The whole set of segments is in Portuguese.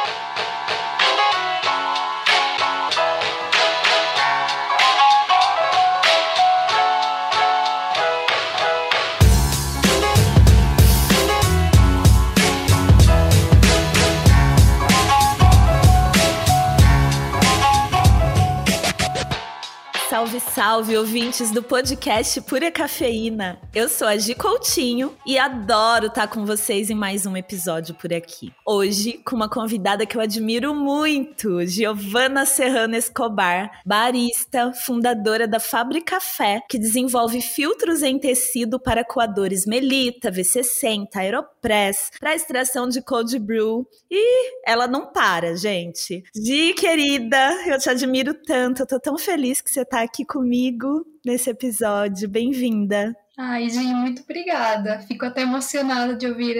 Salve, salve, ouvintes do podcast Pura Cafeína. Eu sou a Gi Coutinho e adoro estar com vocês em mais um episódio por aqui. Hoje, com uma convidada que eu admiro muito, Giovana Serrano Escobar, barista, fundadora da Fábrica Café, que desenvolve filtros em tecido para coadores Melita, V60, Aeropress, para extração de cold brew. E ela não para, gente. Gi, querida, eu te admiro tanto, eu tô tão feliz que você tá aqui comigo nesse episódio. Bem-vinda. Ai, Gi, muito obrigada. Fico até emocionada de ouvir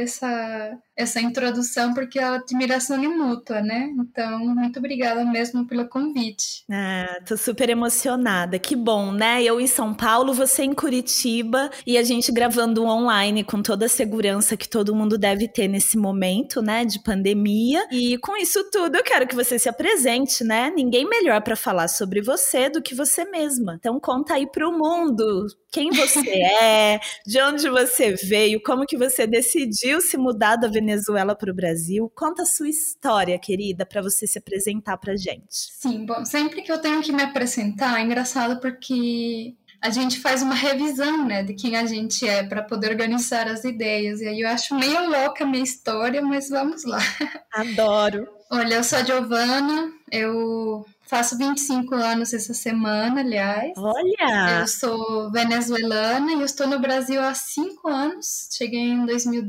essa introdução, porque a admiração é mútua, né? Então, muito obrigada mesmo pelo convite. Tô super emocionada. Que bom, né? Eu em São Paulo, você em Curitiba e a gente gravando online com toda a segurança que todo mundo deve ter nesse momento, né, de pandemia. E com isso tudo, eu quero que você se apresente, né? Ninguém melhor para falar sobre você do que você mesma. Então, conta aí pro mundo quem você é, de onde você veio, como que você decidiu se mudar da Venezuela para o Brasil. Conta a sua história, querida, para você se apresentar pra gente. Sim, bom, sempre que eu tenho que me apresentar, é engraçado porque a gente faz uma revisão, né, de quem a gente é para poder organizar as ideias. E aí eu acho meio louca a minha história, mas vamos lá. Adoro. Olha, eu sou a Giovana, eu faço 25 anos essa semana, aliás. Olha! Eu sou venezuelana e eu estou no Brasil há 5 anos. Cheguei em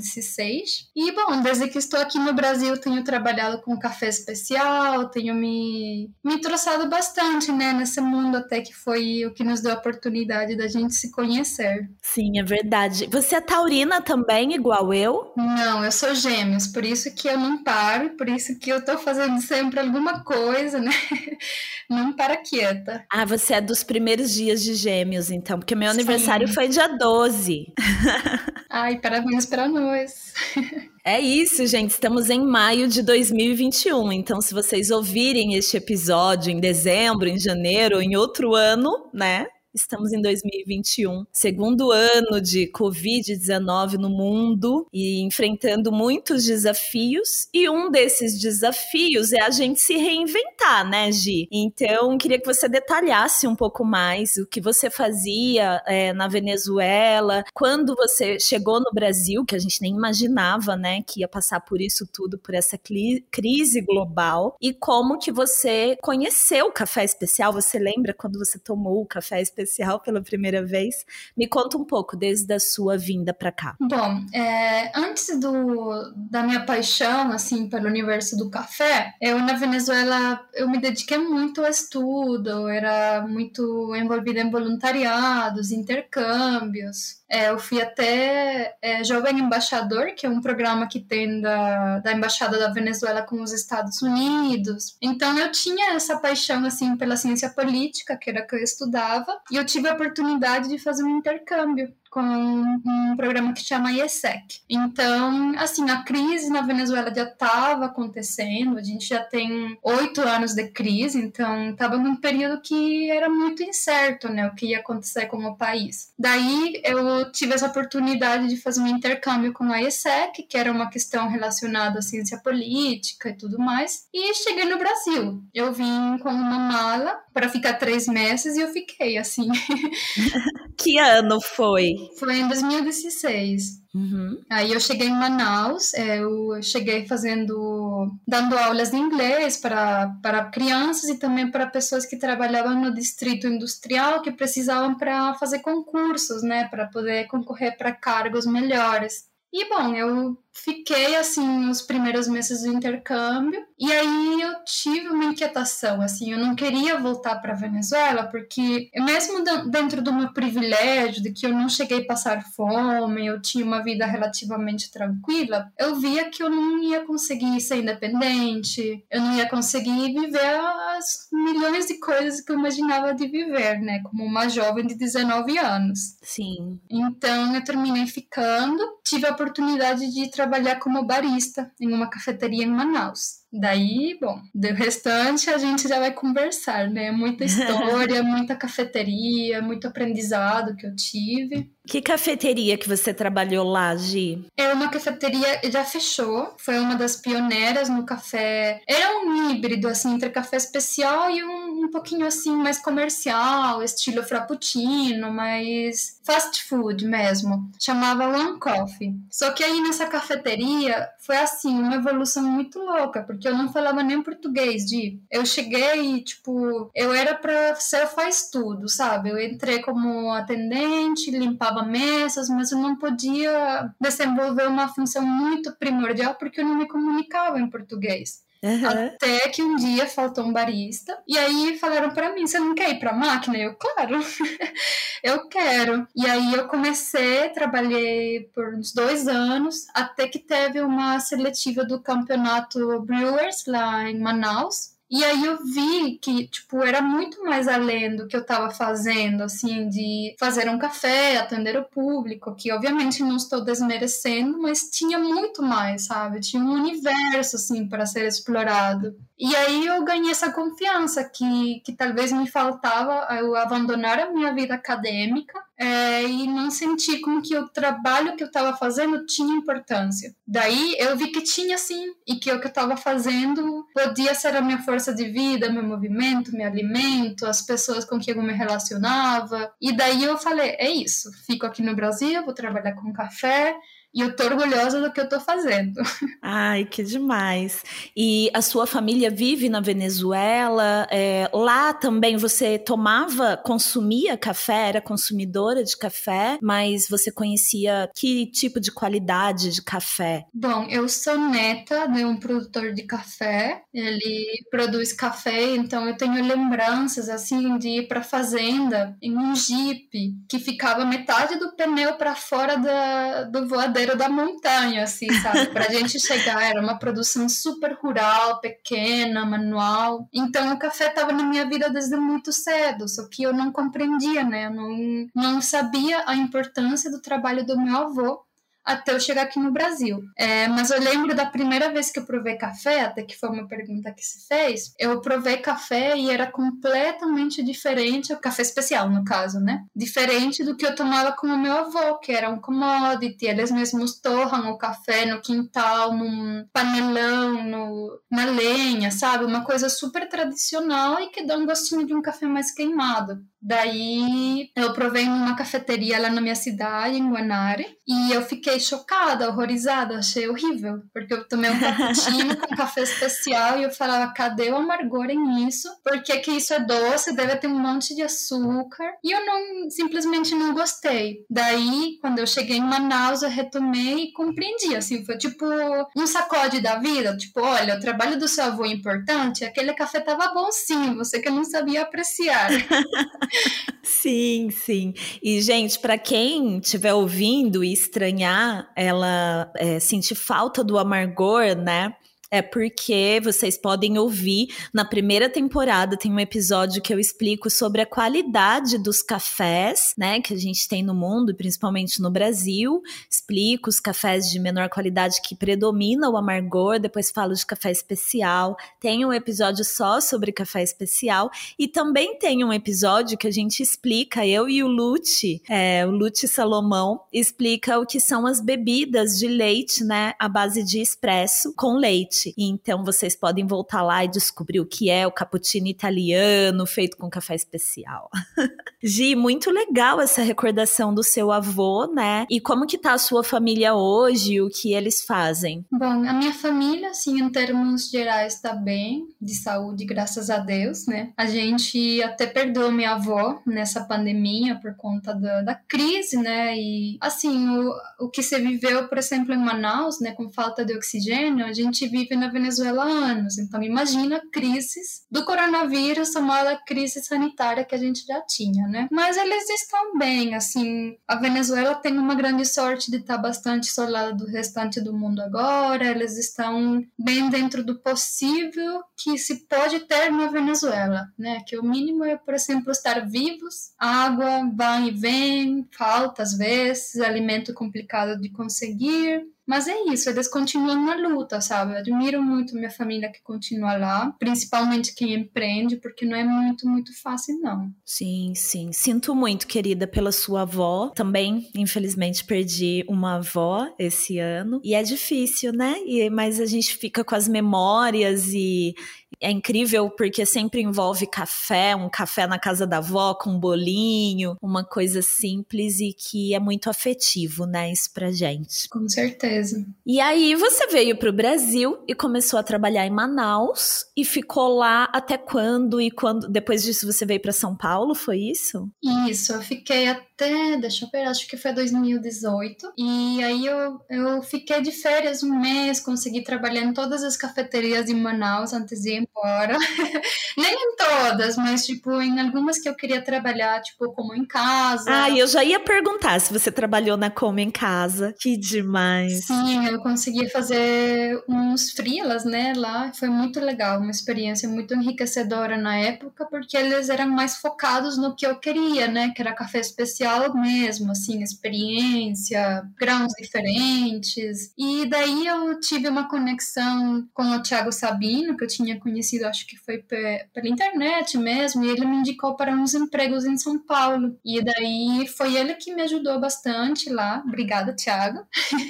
2016. E, bom, desde que estou aqui no Brasil, tenho trabalhado com café especial, tenho me trouxado bastante, né, nesse mundo, até que foi o que nos deu a oportunidade da gente se conhecer. Sim, é verdade. Você é taurina também, igual eu? Não, eu sou gêmeos, por isso que eu não paro, por isso que eu tô fazendo sempre alguma coisa, né? Não para quieta. Ah, você é dos primeiros dias de Gêmeos, então, porque meu aniversário foi dia 12. Ai, parabéns para nós. É isso, gente, estamos em maio de 2021, então se vocês ouvirem este episódio em dezembro, em janeiro ou em outro ano, né? Estamos em 2021, segundo ano de Covid-19 no mundo e enfrentando muitos desafios. E um desses desafios é a gente se reinventar, né, Gi? Então, queria que você detalhasse um pouco mais o que você fazia na Venezuela, quando você chegou no Brasil, que a gente nem imaginava, né, que ia passar por isso tudo, por essa crise global, e como que você conheceu o café especial. Você lembra quando você tomou o café especial pela primeira vez? Me conta um pouco desde a sua vinda para cá. Bom, antes da minha paixão assim pelo universo do café, eu na Venezuela eu me dediquei muito ao estudo, eu era muito envolvida em voluntariados, intercâmbios. Eu fui até Jovem Embaixador, que é um programa que tem da Embaixada da Venezuela com os Estados Unidos. Então eu tinha essa paixão assim pela ciência política, que era que eu estudava, e eu tive a oportunidade de fazer um intercâmbio com um programa que chama IESEC. Então, assim, a crise na Venezuela já estava acontecendo, a gente já tem 8 anos de crise, então estava num período que era muito incerto, né, o que ia acontecer com o país. Daí eu tive essa oportunidade de fazer um intercâmbio com a IESEC, que era uma questão relacionada à ciência política e tudo mais, e cheguei no Brasil. Eu vim com uma mala para ficar 3 meses e eu fiquei, assim. Que ano foi? Foi em 2016. Uhum. Aí eu cheguei em Manaus, eu cheguei dando aulas de inglês para crianças e também para pessoas que trabalhavam no distrito industrial, que precisavam para fazer concursos, né, para poder concorrer para cargos melhores. E, bom, eu fiquei, assim, os primeiros meses do intercâmbio, e aí eu tive uma inquietação, assim, eu não queria voltar para a Venezuela, porque mesmo dentro do meu privilégio, de que eu não cheguei a passar fome, eu tinha uma vida relativamente tranquila, eu via que eu não ia conseguir ser independente, eu não ia conseguir viver as milhões de coisas que eu imaginava de viver, né, como uma jovem de 19 anos. Sim. Então, eu terminei ficando, tive a oportunidade de trabalhar como barista em uma cafeteria em Manaus. Daí, bom, do restante a gente já vai conversar, né? Muita história, muita cafeteria, muito aprendizado que eu tive. Que cafeteria que você trabalhou lá, Gi? É uma cafeteria, já fechou, foi uma das pioneiras no café. Era um híbrido, assim, entre café especial e um pouquinho, assim, mais comercial, estilo frappuccino, mais fast food mesmo. Chamava One Coffee. Só que aí nessa cafeteria foi, assim, uma evolução muito louca, porque eu não falava nem português, Eu cheguei e, tipo, eu era pra ser faz tudo, sabe? Eu entrei como atendente, limpava mesas, mas eu não podia desenvolver uma função muito primordial porque eu não me comunicava em português. Até que um dia faltou um barista e aí falaram para mim, você não quer ir para a máquina? Eu, claro, eu quero. E aí eu comecei, trabalhei por uns 2 anos, até que teve uma seletiva do campeonato Brewers lá em Manaus. E aí eu vi que, tipo, era muito mais além do que eu estava fazendo, assim, de fazer um café, atender o público, que obviamente não estou desmerecendo, mas tinha muito mais, sabe? Tinha um universo, assim, para ser explorado. E aí eu ganhei essa confiança que talvez me faltava eu abandonar a minha vida acadêmica e não sentir como que o trabalho que eu estava fazendo tinha importância. Daí eu vi que tinha sim, e que o que eu estava fazendo podia ser a minha força de vida, meu movimento, meu alimento, as pessoas com quem eu me relacionava. E daí eu falei, é isso, fico aqui no Brasil, vou trabalhar com café, e eu tô orgulhosa do que eu tô fazendo. Ai, que demais. E a sua família vive na Venezuela? Lá também você consumia café, era consumidora de café, mas você conhecia que tipo de qualidade de café? Bom, eu sou neta de um produtor de café, ele produz café, então eu tenho lembranças, assim, de ir pra fazenda em um jipe, que ficava metade do pneu para fora do voadeiro da montanha, assim, sabe? Pra gente chegar, era uma produção super rural, pequena, manual. Então o café estava na minha vida desde muito cedo, só que eu não compreendia, né? Eu não sabia a importância do trabalho do meu avô até eu chegar aqui no Brasil. Mas eu lembro da primeira vez que eu provei café, até que foi uma pergunta que se fez, eu provei café e era completamente diferente, o café especial no caso, né? Diferente do que eu tomava com o meu avô, que era um commodity, eles mesmos torram o café no quintal, num panelão, na lenha, sabe? Uma coisa super tradicional e que dá um gostinho de um café mais queimado. Daí eu provei numa cafeteria lá na minha cidade, em Guanare, e eu fiquei chocada, horrorizada, achei horrível, porque eu tomei um cappuccino com café especial e eu falava, cadê o amargor nisso? Por que isso é doce? Deve ter um monte de açúcar. E eu simplesmente não gostei. Daí, quando eu cheguei em Manaus, eu retomei e compreendi, assim, foi tipo um sacode da vida, tipo, olha, o trabalho do seu avô é importante, aquele café tava bom sim, você que não sabia apreciar. Sim, sim. E, gente, para quem estiver ouvindo e estranhar, ela sentir falta do amargor, né? É porque vocês podem ouvir, na primeira temporada tem um episódio que eu explico sobre a qualidade dos cafés, né, que a gente tem no mundo, principalmente no Brasil. Explico os cafés de menor qualidade que predomina o amargor, depois falo de café especial. Tem um episódio só sobre café especial e também tem um episódio que a gente explica, eu e o Lute Salomão, explica o que são as bebidas de leite, né, à base de expresso com leite. Então vocês podem voltar lá e descobrir o que é o cappuccino italiano feito com café especial. Gi, muito legal essa recordação do seu avô, né? E como que tá a sua família hoje, o que eles fazem? Bom, a minha família, assim, em termos gerais, tá bem, de saúde, graças a Deus, né? A gente até perdeu minha avó nessa pandemia por conta da crise, né? E, assim, o que se viveu, por exemplo, em Manaus, né, com falta de oxigênio, a gente vive na Venezuela há anos. Então, imagina crises do coronavírus somada à crise sanitária que a gente já tinha, né? Mas eles estão bem, assim, a Venezuela tem uma grande sorte de estar bastante isolada do restante do mundo agora, eles estão bem dentro do possível que se pode ter na Venezuela, né? Que o mínimo é, por exemplo, estar vivos, água vai e vem, falta às vezes, alimento complicado de conseguir, Mas é isso, eles continuam na luta, sabe? Eu admiro muito minha família que continua lá, principalmente quem empreende, porque não é muito fácil, não. Sim, sim. Sinto muito, querida, pela sua avó. Também, infelizmente, perdi uma avó esse ano. E é difícil, né? Mas a gente fica com as memórias e é incrível porque sempre envolve café, um café na casa da avó com um bolinho, uma coisa simples e que é muito afetivo, né? Isso pra gente. Com certeza. E aí você veio pro Brasil e começou a trabalhar em Manaus e ficou lá até quando? E quando depois disso você veio para São Paulo, foi isso? Isso, eu fiquei até, deixa eu ver, acho que foi 2018. E aí eu fiquei de férias um mês, consegui trabalhar em todas as cafeterias de Manaus antes de ir embora. Nem em todas, mas tipo, em algumas que eu queria trabalhar, tipo, como em casa. Ah, e eu já ia perguntar se você trabalhou na Como em Casa. Que demais. Sim, eu consegui fazer uns freelas, né, lá. Foi muito legal, uma experiência muito enriquecedora na época, porque eles eram mais focados no que eu queria, né, que era café especial mesmo, assim, experiência, grãos diferentes. E daí eu tive uma conexão com o Thiago Sabino, que eu tinha conhecido, acho que foi pela internet mesmo, e ele me indicou para uns empregos em São Paulo. E daí foi ele que me ajudou bastante lá. Obrigada, Thiago.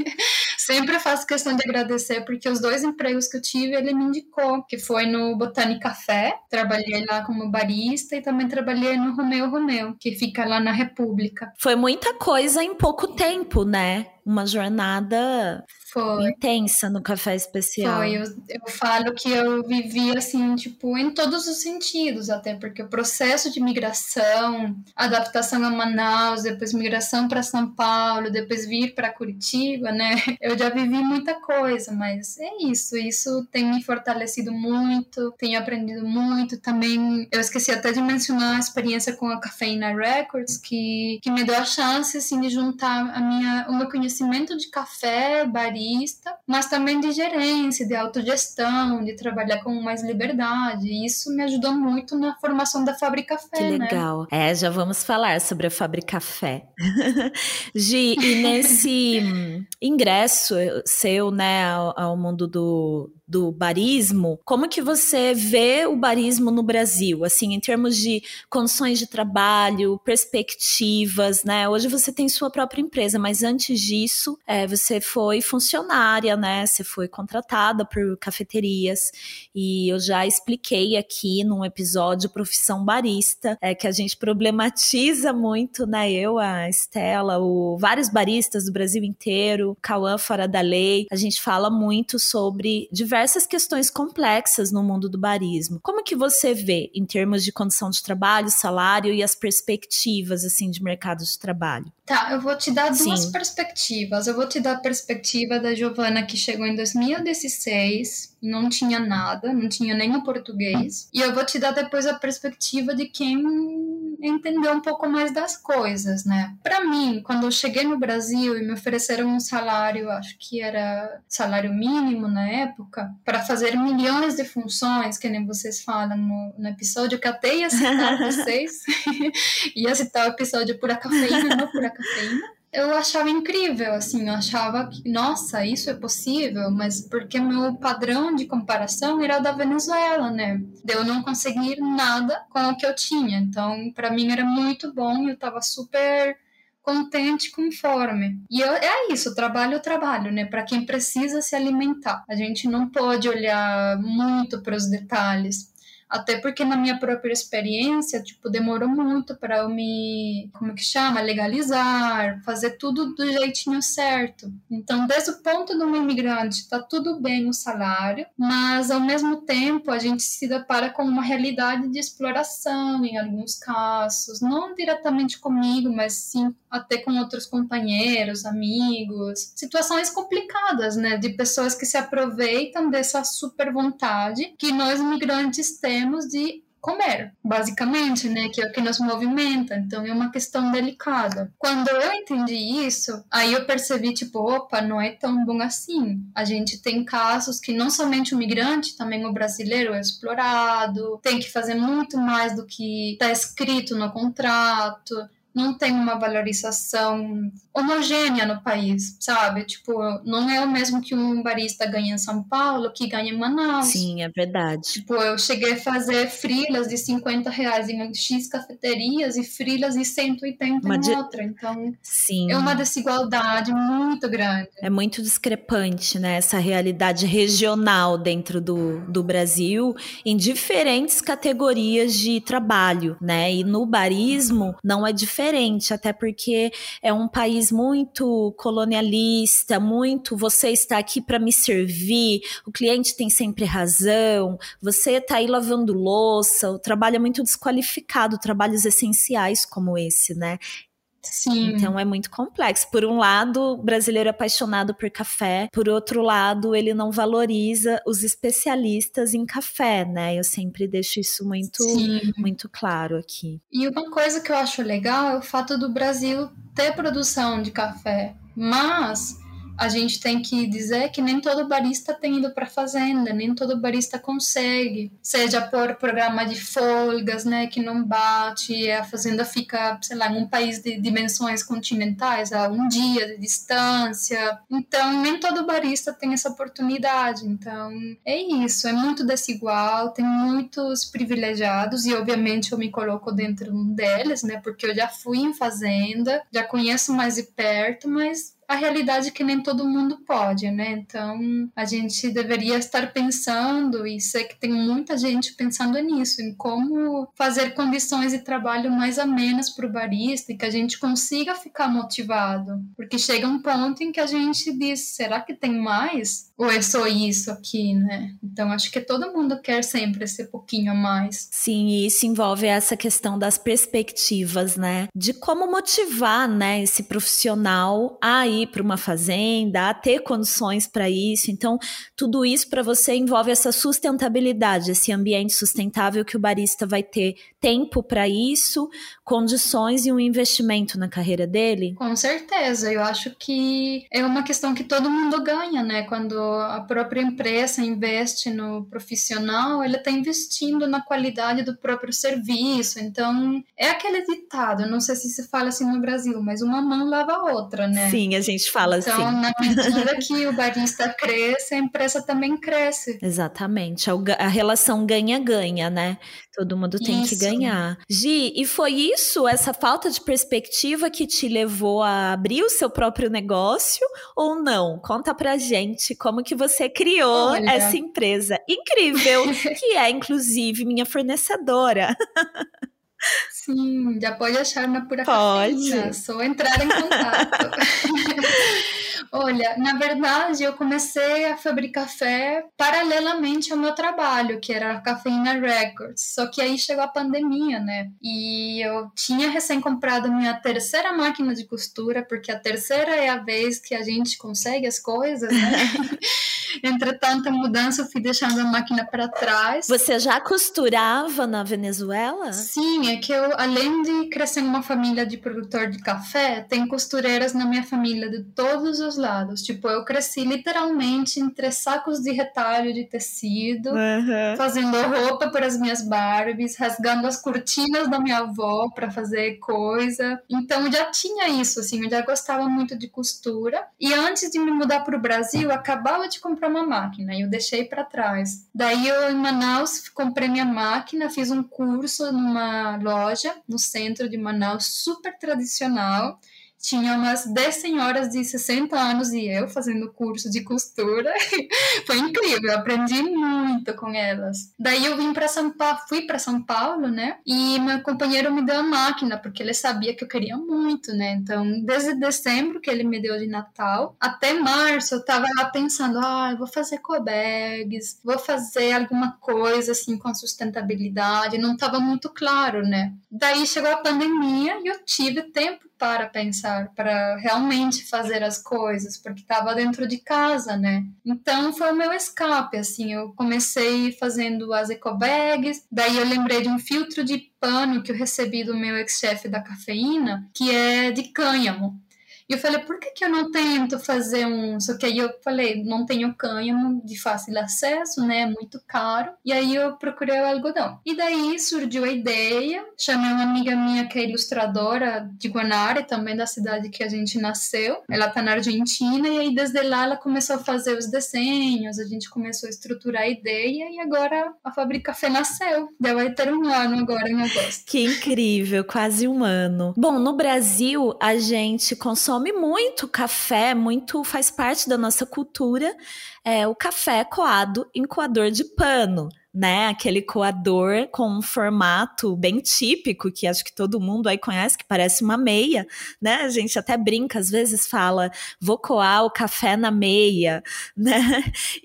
Sempre faço questão de agradecer, porque os 2 empregos que eu tive, ele me indicou, que foi no Botânica Café, trabalhei lá como barista, e também trabalhei no Romeu, que fica lá na República. Foi muita coisa em pouco tempo, né? Uma jornada intensa no café especial. Eu falo que eu vivi assim, tipo, em todos os sentidos, até porque o processo de migração, adaptação a Manaus, depois migração para São Paulo, depois vir para Curitiba, né? Eu já vivi muita coisa, mas é isso tem me fortalecido muito, tenho aprendido muito. Também eu esqueci até de mencionar a experiência com a Cafeína Records, que me deu a chance assim de juntar o meu conhecimento de café, barista, mas também de gerência, de autogestão, de trabalhar com mais liberdade. E isso me ajudou muito na formação da Fábrica Café, que legal. né? Já vamos falar sobre a Fábrica Café. Gi, e nesse ingresso seu, né, ao mundo do barismo, como que você vê o barismo no Brasil, assim, em termos de condições de trabalho, perspectivas, né? Hoje você tem sua própria empresa, mas antes disso, você foi funcionária, né? Você foi contratada por cafeterias e eu já expliquei aqui num episódio Profissão Barista, que a gente problematiza muito, né? Eu, a Estela, vários baristas do Brasil inteiro, Cauã Fora da Lei, a gente fala muito sobre diversas questões complexas no mundo do barismo. Como que você vê em termos de condição de trabalho, salário e as perspectivas, assim, de mercado de trabalho? Tá, eu vou te dar duas perspectivas. Eu vou te dar a perspectiva da Giovana, que chegou em 2016, não tinha nada, não tinha nem o português. E eu vou te dar depois a perspectiva de quem entendeu um pouco mais das coisas, né? Para mim, quando eu cheguei no Brasil e me ofereceram um salário, acho que era salário mínimo na época, para fazer milhões de funções, que nem vocês falam no episódio, que até ia citar vocês, ia citar o episódio Pura Cafeína, não Pura Cafeína. Eu achava incrível, assim, eu achava que, nossa, isso é possível, mas porque meu padrão de comparação era o da Venezuela, né? De eu não conseguir nada com o que eu tinha. Então, para mim era muito bom e eu tava super contente, conforme. E é isso, trabalho, né? Para quem precisa se alimentar. A gente não pode olhar muito para os detalhes. Até porque na minha própria experiência, tipo, demorou muito para eu como que chama? Legalizar, fazer tudo do jeitinho certo. Então, desde o ponto de um imigrante, tá tudo bem o salário, mas ao mesmo tempo a gente se depara com uma realidade de exploração em alguns casos, não diretamente comigo, mas sim até com outros companheiros, amigos, situações complicadas, né, de pessoas que se aproveitam dessa super vontade que nós imigrantes temos de comer, basicamente, né, que é o que nos movimenta. Então é uma questão delicada. Quando eu entendi isso, aí eu percebi, tipo, opa, não é tão bom assim. A gente tem casos que não somente o migrante, também o brasileiro é explorado, tem que fazer muito mais do que está escrito no contrato. não tem uma valorização homogênea no país, sabe? Tipo, não é o mesmo que um barista ganha em São Paulo que ganha em Manaus. Sim, é verdade. Tipo, eu cheguei a fazer freelas de R$50 em X cafeterias e freelas de 180 em outra. Então, sim, é uma desigualdade muito grande. É muito discrepante, né? Essa realidade regional dentro do Brasil, em diferentes categorias de trabalho, né? E no barismo não é diferente, até porque é um país muito colonialista, muito você está aqui para me servir, o cliente tem sempre razão, você está aí lavando louça, o trabalho é muito desqualificado, trabalhos essenciais como esse, né? Sim. Então é muito complexo. Por um lado, o brasileiro é apaixonado por café, por outro lado, ele não valoriza os especialistas em café, né? Eu sempre deixo isso muito claro aqui. E uma coisa que eu acho legal é o fato do Brasil ter produção de café, mas a gente tem que dizer que nem todo barista tem ido para a fazenda, nem todo barista consegue, seja por programa de folgas, né, que não bate, a fazenda fica, sei lá, em um país de dimensões continentais, a um dia de distância, então nem todo barista tem essa oportunidade, então é isso, é muito desigual, tem muitos privilegiados e obviamente eu me coloco dentro deles, né, porque eu já fui em fazenda, já conheço mais de perto, mas a realidade é que nem todo mundo pode, né? Então, a gente deveria estar pensando, e sei que tem muita gente pensando nisso, em como fazer condições de trabalho mais amenas para o barista e que a gente consiga ficar motivado. Porque chega um ponto em que a gente diz, será que tem mais? Ou é só isso aqui, né? Então, acho que todo mundo quer sempre esse pouquinho a mais. Sim, e isso envolve essa questão das perspectivas, né? De como motivar, né, esse profissional a ir para uma fazenda, a ter condições para isso. Então, tudo isso para você envolve essa sustentabilidade, esse ambiente sustentável que o barista vai ter tempo para isso, condições e um investimento na carreira dele. Com certeza, eu acho que é uma questão que todo mundo ganha, né? Quando a própria empresa investe no profissional, ela está investindo na qualidade do próprio serviço. Então, é aquele ditado, não sei se se fala assim no Brasil, mas uma mão lava a outra, né? Sim, a gente fala então, assim. Então, na medida que o barista cresce, a empresa também cresce. Exatamente, a relação ganha-ganha, né? Todo mundo tem que ganhar. Gi, e foi isso, essa falta de perspectiva que te levou a abrir o seu próprio negócio ou não? Conta pra gente como que você criou essa empresa incrível, que é inclusive minha fornecedora. Sim, já pode achar na Pura Pode. Cafeína, só entrar em contato. Olha, na verdade, eu comecei a fabricar café paralelamente ao meu trabalho, que era a Cafeína Records. Só que aí chegou a pandemia, né? E eu tinha recém comprado a minha terceira máquina de costura, porque a terceira é a vez que a gente consegue as coisas, né? Entretanto, a mudança, eu fui deixando a máquina para trás. Você já costurava na Venezuela? Sim, é que eu, além de crescer em uma família de produtor de café, tem costureiras na minha família de todos os lados. Tipo, eu cresci literalmente entre sacos de retalho de tecido, fazendo roupa para as minhas Barbies, rasgando as cortinas da minha avó para fazer coisa. Então, eu já tinha isso, assim, eu já gostava muito de costura. E antes de me mudar para o Brasil, eu acabava de comprar uma máquina e eu deixei para trás. Daí, eu, em Manaus, comprei minha máquina, fiz um curso numa loja no centro de Manaus, super tradicional. Tinha umas 10 senhoras de 60 anos e eu fazendo curso de costura. Foi incrível, eu aprendi muito com elas. Daí eu vim para São Paulo, fui para São Paulo, né? E meu companheiro me deu a máquina, porque ele sabia que eu queria muito, né? Então, desde dezembro que ele me deu de Natal, até março eu tava lá pensando, eu vou fazer ecobags, vou fazer alguma coisa assim com sustentabilidade. Não tava muito claro, né? Daí chegou a pandemia e eu tive tempo para pensar, para realmente fazer as coisas, porque estava dentro de casa, né? Então foi o meu escape, assim, eu comecei fazendo as ecobags, daí eu lembrei de um filtro de pano que eu recebi do meu ex-chefe da Cafeína, que é de cânhamo. E eu falei, por que eu não tento fazer um... Só que aí eu falei, não tenho cânhamo de fácil acesso, né? É muito caro. E aí eu procurei o algodão. E daí surgiu a ideia, chamei uma amiga minha que é ilustradora de Guanare, também da cidade que a gente nasceu. Ela tá na Argentina, e aí desde lá ela começou a fazer os desenhos, a gente começou a estruturar a ideia, e agora a Fábrica Café nasceu. Vai ter um ano agora, em agosto. Que incrível, quase um ano. Bom, no Brasil, a gente consome muito café, muito faz parte da nossa cultura, o café coado em coador de pano, né? Aquele coador com um formato bem típico, que acho que todo mundo aí conhece, que parece uma meia, né? A gente até brinca, às vezes fala, vou coar o café na meia, né?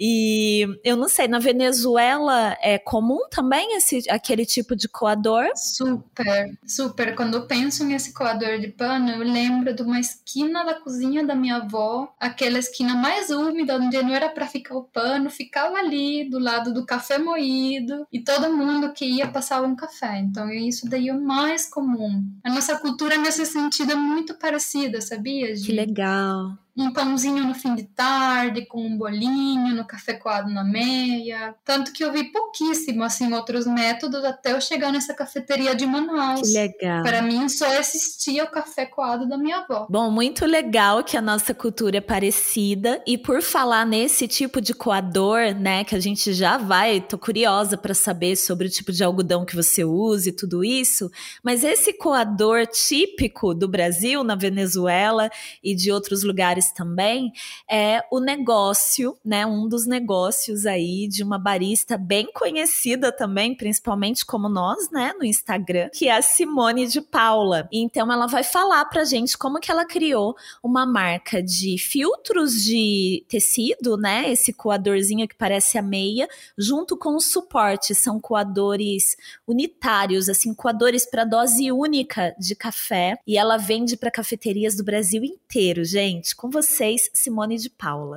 E eu não sei, na Venezuela é comum também aquele tipo de coador? Super, super. Quando eu penso nesse coador de pano, eu lembro de uma esquina da cozinha da minha avó, aquela esquina mais úmida, onde não era para ficar o pano, ficava ali do lado do café moído, e todo mundo que ia passava um café. Então isso daí é o mais comum. A nossa cultura nesse sentido é muito parecida, sabia, Gi? Que legal. Um pãozinho no fim de tarde, com um bolinho, no café coado na meia. Tanto que eu vi pouquíssimo, assim, outros métodos até eu chegar nessa cafeteria de Manaus. Que legal. Para mim, só existia o café coado da minha avó. Bom, muito legal que a nossa cultura é parecida. E por falar nesse tipo de coador, né, que a gente já tô curiosa para saber sobre o tipo de algodão que você usa e tudo isso. Mas esse coador típico do Brasil, na Venezuela e de outros lugares também, é o negócio, né? Um dos negócios aí de uma barista bem conhecida também, principalmente como nós, né? No Instagram, que é a Simone de Paula. Então ela vai falar pra gente como que ela criou uma marca de filtros de tecido, né? Esse coadorzinho que parece a meia, junto com os suportes. São coadores unitários, assim, coadores para dose única de café. E ela vende para cafeterias do Brasil inteiro, gente. Com vocês, Simone de Paula.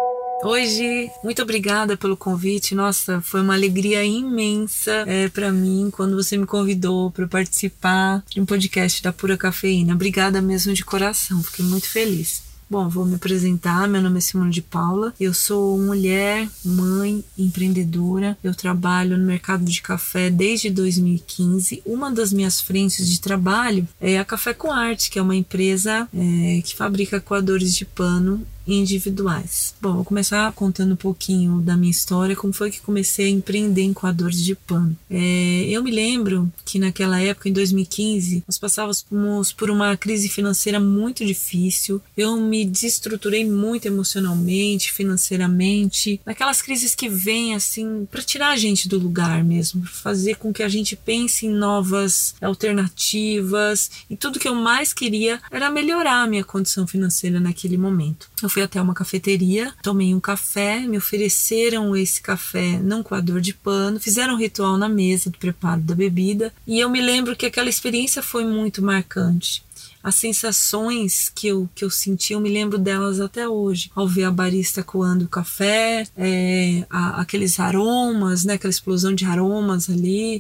Oi, Gi, muito obrigada pelo convite. Nossa, foi uma alegria imensa para mim quando você me convidou para participar de um podcast da Pura Cafeína. Obrigada mesmo de coração, fiquei muito feliz. Bom, vou me apresentar, meu nome é Simone de Paula, eu sou mulher, mãe, empreendedora, eu trabalho no mercado de café desde 2015. Uma das minhas frentes de trabalho é a Café com Arte, que é uma empresa que fabrica coadores de pano individuais. Bom, vou começar contando um pouquinho da minha história, como foi que comecei a empreender em coadores de pano. Eu me lembro que naquela época, em 2015, nós passávamos por uma crise financeira muito difícil. Eu me desestruturei muito emocionalmente, financeiramente, naquelas crises que vêm assim para tirar a gente do lugar mesmo, pra fazer com que a gente pense em novas alternativas, e tudo que eu mais queria era melhorar a minha condição financeira naquele momento. Eu fui até uma cafeteria, tomei um café, me ofereceram esse café num coador de pano, fizeram um ritual na mesa do preparo da bebida, e eu me lembro que aquela experiência foi muito marcante. As sensações que eu senti, eu me lembro delas até hoje. Ao ver a barista coando o café, aqueles aromas, né, aquela explosão de aromas ali,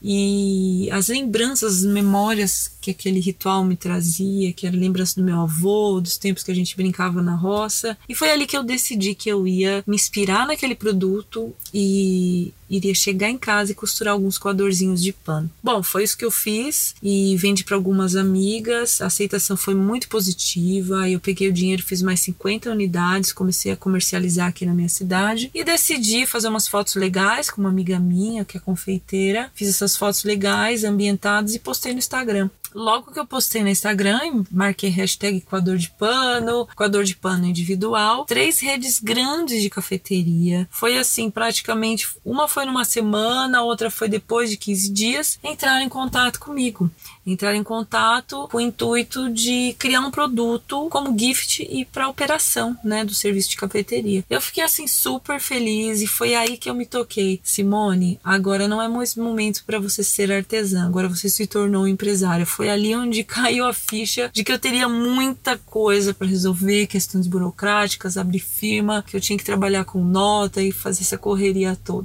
e as lembranças, as memórias que aquele ritual me trazia, que era lembrança do meu avô, dos tempos que a gente brincava na roça. E foi ali que eu decidi que eu ia me inspirar naquele produto e iria chegar em casa e costurar alguns coadorzinhos de pano. Bom, foi isso que eu fiz e vendi para algumas amigas. A aceitação foi muito positiva. Aí eu peguei o dinheiro, fiz mais 50 unidades, comecei a comercializar aqui na minha cidade e decidi fazer umas fotos legais com uma amiga minha que é confeiteira. Fiz essas fotos legais, ambientadas, e postei no Instagram. Logo que eu postei no Instagram, marquei hashtag coador de pano individual, 3 redes grandes de cafeteria. Foi assim, praticamente, uma foi numa semana, a outra foi depois de 15 dias, entraram em contato comigo. Entraram em contato com o intuito de criar um produto como gift e para operação, né, do serviço de cafeteria. Eu fiquei assim super feliz e foi aí que eu me toquei. Simone, agora não é mais momento para você ser artesã, agora você se tornou empresária. Foi ali onde caiu a ficha de que eu teria muita coisa para resolver, questões burocráticas, abrir firma, que eu tinha que trabalhar com nota e fazer essa correria toda. E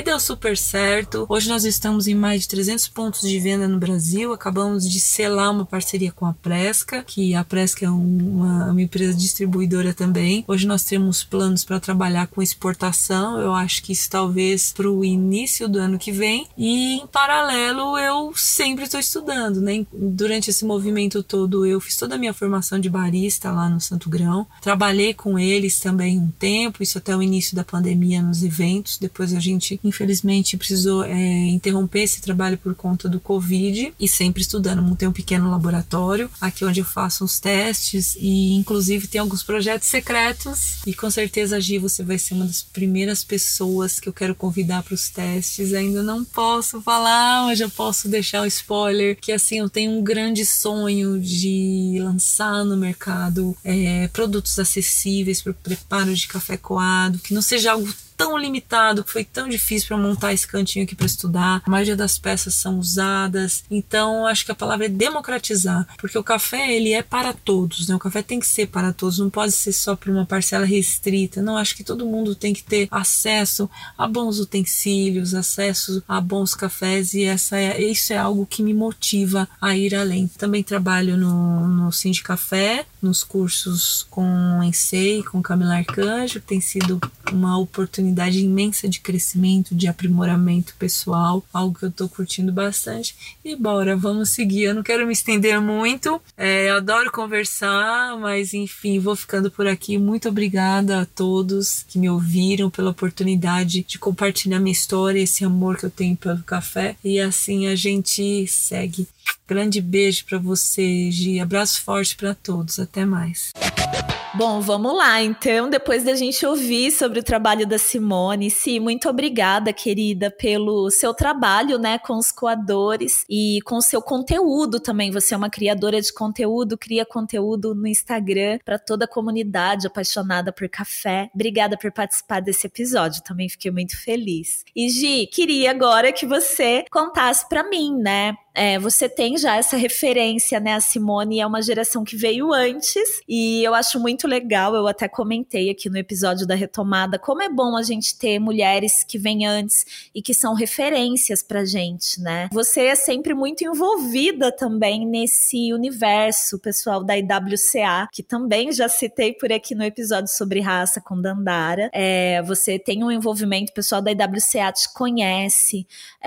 deu super certo. Hoje nós estamos em mais de 300 pontos de venda no Brasil. Acabamos de selar uma parceria com a Presca, que a Presca é uma empresa distribuidora também. Hoje nós temos planos para trabalhar com exportação. Eu acho que isso talvez para o início do ano que vem. E em paralelo eu sempre estou estudando, né? Durante esse movimento todo eu fiz toda a minha formação de barista lá no Santo Grão. Trabalhei com eles também um tempo, isso até o início da pandemia nos eventos. Depois a gente infelizmente precisou interromper esse trabalho por conta do Covid, e sempre estudando. Montei um pequeno laboratório aqui onde eu faço uns testes e inclusive tem alguns projetos secretos, e com certeza, Gi, você vai ser uma das primeiras pessoas que eu quero convidar para os testes. Ainda não posso falar, mas já posso deixar o spoiler que assim, eu tenho um grande sonho de lançar no mercado produtos acessíveis para o preparo de café coado, que não seja algo tão limitado, que foi tão difícil para montar esse cantinho aqui para estudar. A maioria das peças são usadas, então acho que a palavra é democratizar, porque o café ele é para todos, né? O café tem que ser para todos, não pode ser só para uma parcela restrita. Não, acho que todo mundo tem que ter acesso a bons utensílios, acesso a bons cafés, e isso é algo que me motiva a ir além. Também trabalho no Sindicafé, nos cursos com Ensei, com Camila Arcanjo, que tem sido uma oportunidade imensa de crescimento, de aprimoramento pessoal, algo que eu tô curtindo bastante. E bora, vamos seguir. Eu não quero me estender muito, eu adoro conversar, mas enfim, vou ficando por aqui. Muito obrigada a todos que me ouviram, pela oportunidade de compartilhar minha história, esse amor que eu tenho pelo café, e assim a gente segue. Grande beijo para você, Gi. Abraço forte para todos. Até mais. Bom, vamos lá. Então, depois da gente ouvir sobre o trabalho da Simone, sim, muito obrigada, querida, pelo seu trabalho, né, com os coadores e com o seu conteúdo também. Você é uma criadora de conteúdo, cria conteúdo no Instagram para toda a comunidade apaixonada por café. Obrigada por participar desse episódio, também fiquei muito feliz. E Gi, queria agora que você contasse para mim, né? Você tem já essa referência, né? A Simone é uma geração que veio antes, e eu acho muito legal, eu até comentei aqui no episódio da retomada, como é bom a gente ter mulheres que vêm antes e que são referências pra gente, né? Você é sempre muito envolvida também nesse universo, pessoal da IWCA, que também já citei por aqui no episódio sobre raça com Dandara. Você tem um envolvimento, o pessoal da IWCA te conhece.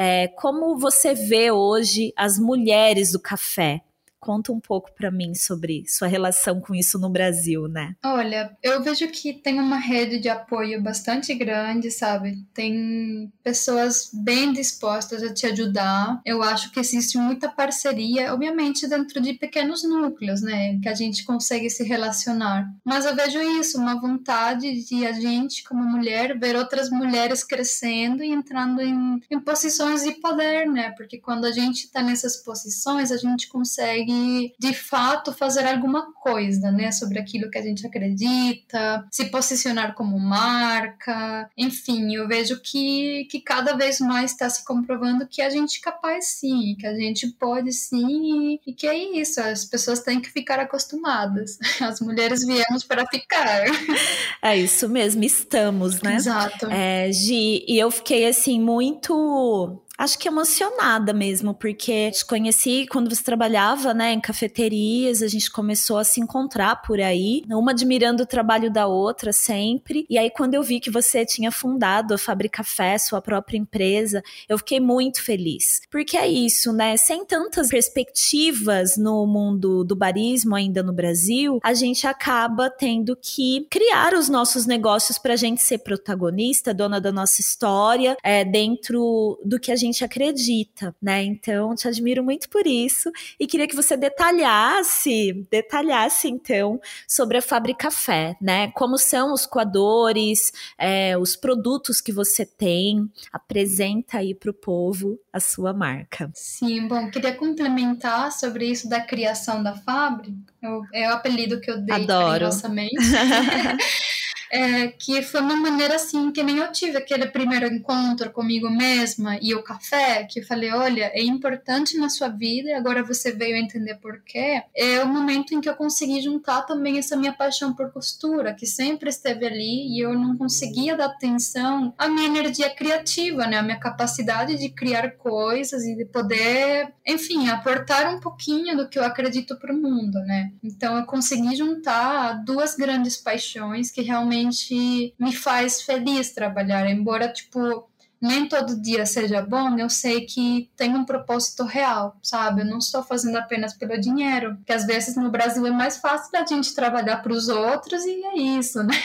Como você vê hoje as mulheres do café? Conta um pouco para mim sobre sua relação com isso no Brasil, né? Olha, eu vejo que tem uma rede de apoio bastante grande, sabe? Tem pessoas bem dispostas a te ajudar. Eu acho que existe muita parceria, obviamente dentro de pequenos núcleos, né? Que a gente consegue se relacionar. Mas eu vejo isso, uma vontade de a gente, como mulher, ver outras mulheres crescendo e entrando em posições de poder, né? Porque quando a gente tá nessas posições, a gente consegue de fato fazer alguma coisa, né, sobre aquilo que a gente acredita, se posicionar como marca, enfim, eu vejo que cada vez mais está se comprovando que a gente é capaz sim, que a gente pode sim, e que é isso, as pessoas têm que ficar acostumadas, as mulheres viemos para ficar. É isso mesmo, estamos, né? Exato. Gi, e eu fiquei assim muito... acho que emocionada mesmo, porque te conheci quando você trabalhava, né, em cafeterias, a gente começou a se encontrar por aí, uma admirando o trabalho da outra sempre, e aí quando eu vi que você tinha fundado a Fábrica Café, sua própria empresa, eu fiquei muito feliz, porque é isso, né, sem tantas perspectivas no mundo do barismo ainda no Brasil, a gente acaba tendo que criar os nossos negócios pra gente ser protagonista, dona da nossa história, dentro do que a gente acredita, né? Então, te admiro muito por isso e queria que você detalhasse então sobre a Fábrica Café, né? Como são os coadores, os produtos que você tem, apresenta aí pro povo a sua marca. Sim, bom, queria complementar sobre isso da criação da fábrica, é o apelido que eu dei carinhosamente. que foi uma maneira assim, que nem eu tive aquele primeiro encontro comigo mesma e o café, que eu falei, olha, é importante na sua vida e agora você veio entender por quê. É o momento em que eu consegui juntar também essa minha paixão por costura, que sempre esteve ali e eu não conseguia dar atenção à minha energia criativa, né, a minha capacidade de criar coisas e de poder, enfim, aportar um pouquinho do que eu acredito para o mundo, né. Então eu consegui juntar duas grandes paixões que realmente me faz feliz trabalhar, embora, tipo, nem todo dia seja bom, eu sei que tem um propósito real, sabe? Eu não estou fazendo apenas pelo dinheiro, porque às vezes no Brasil é mais fácil a gente trabalhar para os outros e é isso, né?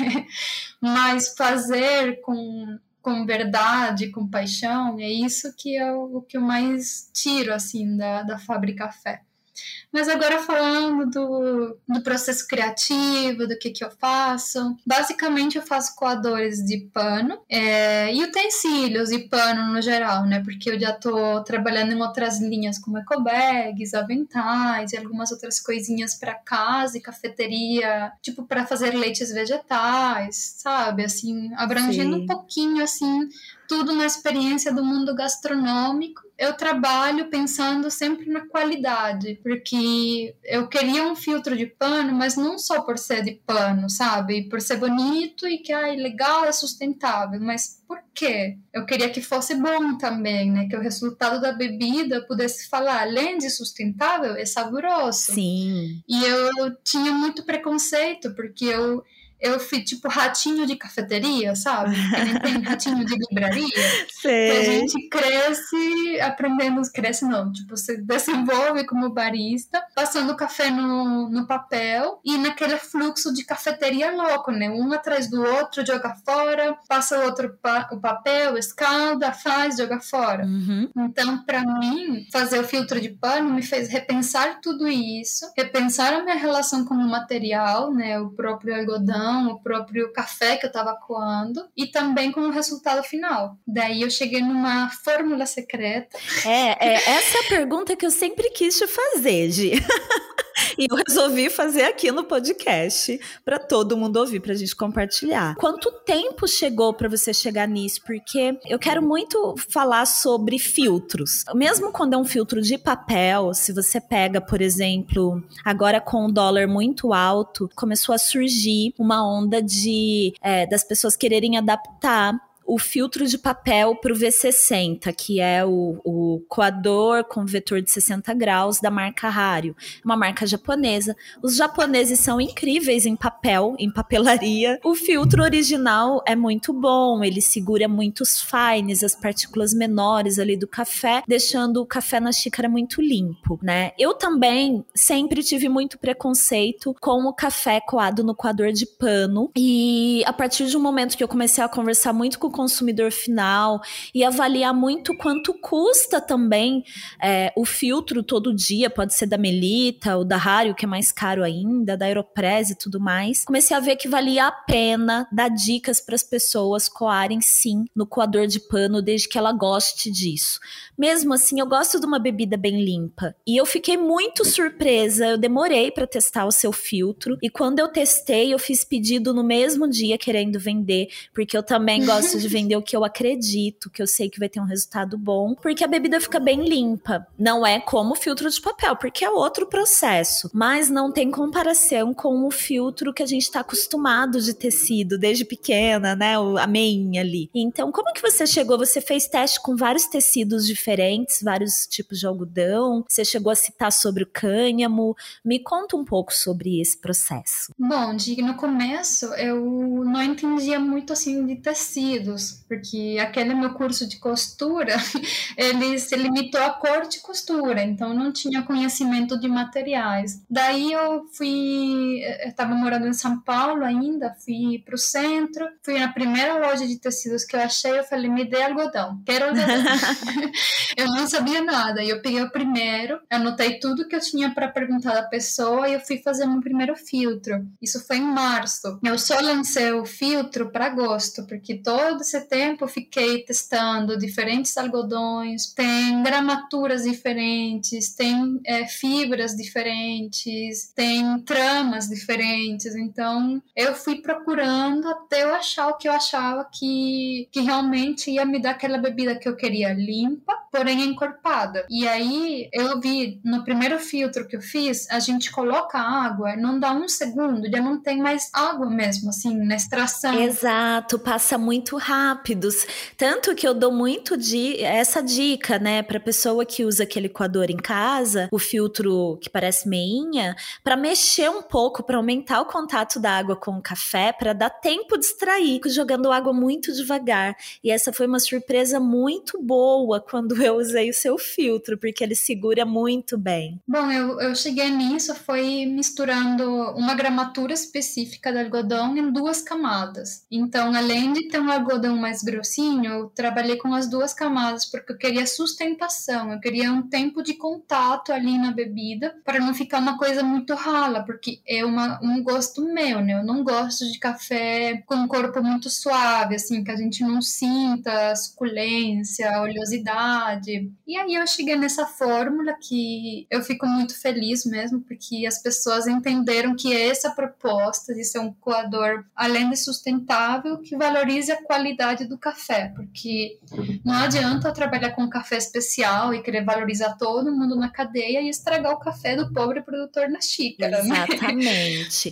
Mas fazer com verdade, com paixão, é isso que é o que eu mais tiro, assim, da Fábrica Café. Mas agora falando do processo criativo, do que eu faço, basicamente eu faço coadores de pano e utensílios e pano no geral, né? Porque eu já tô trabalhando em outras linhas como ecobags, aventais e algumas outras coisinhas para casa e cafeteria, tipo para fazer leites vegetais, sabe? Assim, abrangendo um pouquinho assim tudo na experiência do mundo gastronômico. Eu trabalho pensando sempre na qualidade, porque eu queria um filtro de pano, mas não só por ser de pano, sabe? Por ser bonito e que, legal, é sustentável, mas por quê? Eu queria que fosse bom também, né? Que o resultado da bebida pudesse falar, além de sustentável, é saboroso. Sim. E eu tinha muito preconceito, porque eu fui tipo ratinho de cafeteria, sabe? Que nem tem ratinho de livraria. Sei. Que a gente cresce aprendendo, cresce não, tipo, se desenvolve como barista, passando o café no papel e naquele fluxo de cafeteria louco, né? Um atrás do outro, joga fora, passa o outro o papel, escalda, faz, joga fora. Uhum. Então, para mim, fazer o filtro de pano me fez repensar tudo isso, repensar a minha relação com o material, né? O próprio algodão, o próprio café que eu estava coando e também com o resultado final. Daí eu cheguei numa fórmula secreta. Essa é a pergunta que eu sempre quis te fazer, Gi. E eu resolvi fazer aqui no podcast para todo mundo ouvir, pra gente compartilhar. Quanto tempo chegou para você chegar nisso? Porque eu quero muito falar sobre filtros. Mesmo quando é um filtro de papel, se você pega, por exemplo, agora com o dólar muito alto, começou a surgir uma onda das pessoas quererem adaptar o filtro de papel para o V60, que é o coador com vetor de 60 graus da marca Hario, uma marca japonesa. Os japoneses são incríveis em papel, em papelaria. O filtro original é muito bom, ele segura muitos fines, as partículas menores ali do café, deixando o café na xícara muito limpo, né? Eu também sempre tive muito preconceito com o café coado no coador de pano, e a partir de um momento que eu comecei a conversar muito com o consumidor final e avaliar muito quanto custa também o filtro todo dia, pode ser da Melita ou da Hario, que é mais caro ainda, da Aeropress e tudo mais. Comecei a ver que valia a pena dar dicas para as pessoas coarem sim no coador de pano, desde que ela goste disso. Mesmo assim, eu gosto de uma bebida bem limpa e eu fiquei muito surpresa, eu demorei para testar o seu filtro e quando eu testei, eu fiz pedido no mesmo dia querendo vender, porque eu também gosto de vender o que eu acredito, que eu sei que vai ter um resultado bom, porque a bebida fica bem limpa. Não é como o filtro de papel, porque é outro processo, mas não tem comparação com o filtro que a gente tá acostumado de tecido desde pequena, né, a meinha ali. Então, como que você chegou? Você fez teste com vários tecidos diferentes, vários tipos de algodão, você chegou a citar sobre o cânhamo, me conta um pouco sobre esse processo. Bom, no começo eu não entendia muito assim de tecidos, porque aquele meu curso de costura, ele se limitou a corte e costura, então não tinha conhecimento de materiais. Daí eu estava morando em São Paulo ainda, fui para o centro, fui na primeira loja de tecidos que eu achei, eu falei, me dê algodão, quero algodão. Eu não sabia nada, e eu peguei o primeiro, anotei tudo que eu tinha para perguntar da pessoa e eu fui fazer meu primeiro filtro. Isso foi em março. Eu só lancei o filtro para agosto, porque todo esse tempo eu fiquei testando diferentes algodões, tem gramaturas diferentes, tem fibras diferentes, tem tramas diferentes. Então eu fui procurando até eu achar o que eu achava que realmente ia me dar aquela bebida que eu queria, limpa, porém encorpada. E aí eu vi no primeiro filtro que eu fiz, a gente coloca água, não dá um segundo, já não tem mais água mesmo, assim, na extração. Exato, passa muito rápido. Tanto que eu dou muito essa dica, né, pra pessoa que usa aquele coador em casa, o filtro que parece meinha, pra mexer um pouco, pra aumentar o contato da água com o café, pra dar tempo de extrair, jogando água muito devagar. E essa foi uma surpresa muito boa quando eu usei o seu filtro, porque ele segura muito bem. Bom, eu cheguei nisso, foi misturando uma gramatura específica de algodão em 2 camadas. Então, além de ter um algodão mais grossinho, eu trabalhei com as 2 camadas, porque eu queria sustentação, eu queria um tempo de contato ali na bebida, para não ficar uma coisa muito rala, porque é um gosto meu, né? Eu não gosto de café com um corpo muito suave, assim, que a gente não sinta a suculência, a oleosidade. E aí eu cheguei nessa fórmula que eu fico muito feliz mesmo, porque as pessoas entenderam que essa proposta de ser um coador, além de sustentável, que valorize a qualidade do café, porque não adianta eu trabalhar com café especial e querer valorizar todo mundo na cadeia e estragar o café do pobre produtor na xícara, Exatamente.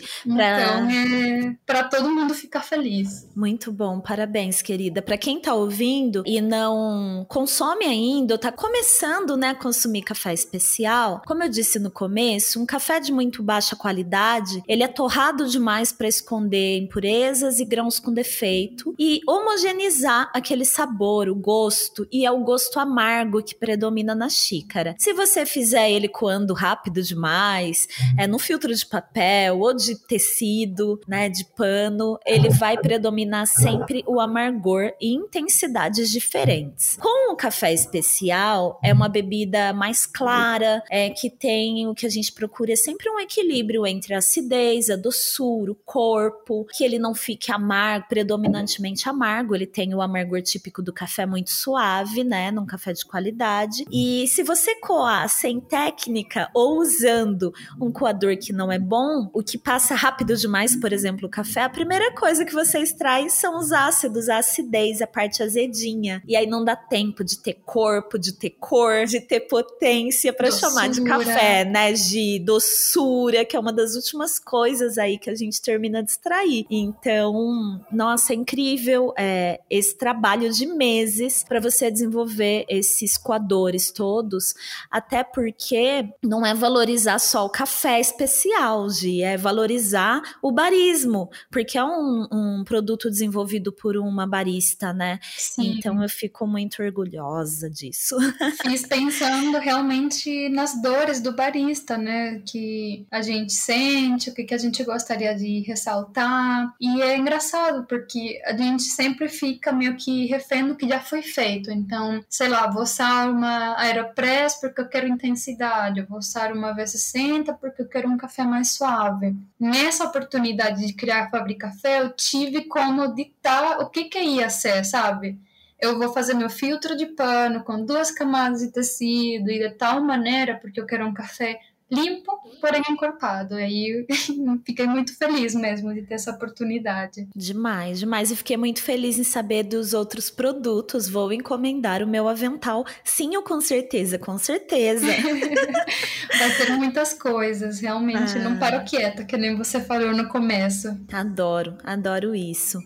Né? Então, para todo mundo ficar feliz. Muito bom, parabéns, querida. Para quem tá ouvindo e não consome ainda, ou tá começando, né, a consumir café especial, como eu disse no começo, um café de muito baixa qualidade, ele é torrado demais para esconder impurezas e grãos com defeito e homogeneizar aquele sabor, o gosto, e é o gosto amargo que predomina na xícara. Se você fizer ele coando rápido demais, no filtro de papel ou de tecido, né, de pano, ele vai predominar sempre o amargor e intensidades diferentes. Com o café especial, é uma bebida mais clara, que tem o que a gente procura é sempre um equilíbrio entre a acidez, a doçura, o corpo, que ele não fique amargo, predominantemente amargo, ele tem o amargor típico do café muito suave, né, num café de qualidade. E se você coar sem técnica ou usando um coador que não é bom, o que passa rápido demais, por exemplo, o café, a primeira coisa que você extrai são os ácidos, a acidez, a parte azedinha. E aí não dá tempo de ter corpo, de ter cor, de ter potência para chamar de café, né? De doçura, que é uma das últimas coisas aí que a gente termina de extrair. Então, nossa, é incrível esse trabalho de meses para você desenvolver esses coadores todos, até porque não é valorizar só o café especial, Gi, é valorizar o barismo, porque é um produto desenvolvido por uma barista, né? Sim. Então eu fico muito orgulhosa disso. Fiz pensando realmente nas dores do barista, né? Que a gente sente, o que a gente gostaria de ressaltar. E é engraçado, porque a gente sempre fica meio que refém do que já foi feito. Então, sei lá, vou usar uma Aeropress porque eu quero intensidade, eu vou usar uma V60 porque eu quero um café mais suave. Nessa oportunidade de criar a Fábrica Café, eu tive como ditar o que ia ser, sabe? Eu vou fazer meu filtro de pano com 2 camadas de tecido e de tal maneira, porque eu quero um café limpo, porém encorpado. Aí fiquei muito feliz mesmo de ter essa oportunidade. Demais, demais. E fiquei muito feliz em saber dos outros produtos. Vou encomendar o meu avental. Sim, com certeza, com certeza. Vai ter muitas coisas, realmente. Não paro quieta, que nem você falou no começo. Adoro, adoro isso.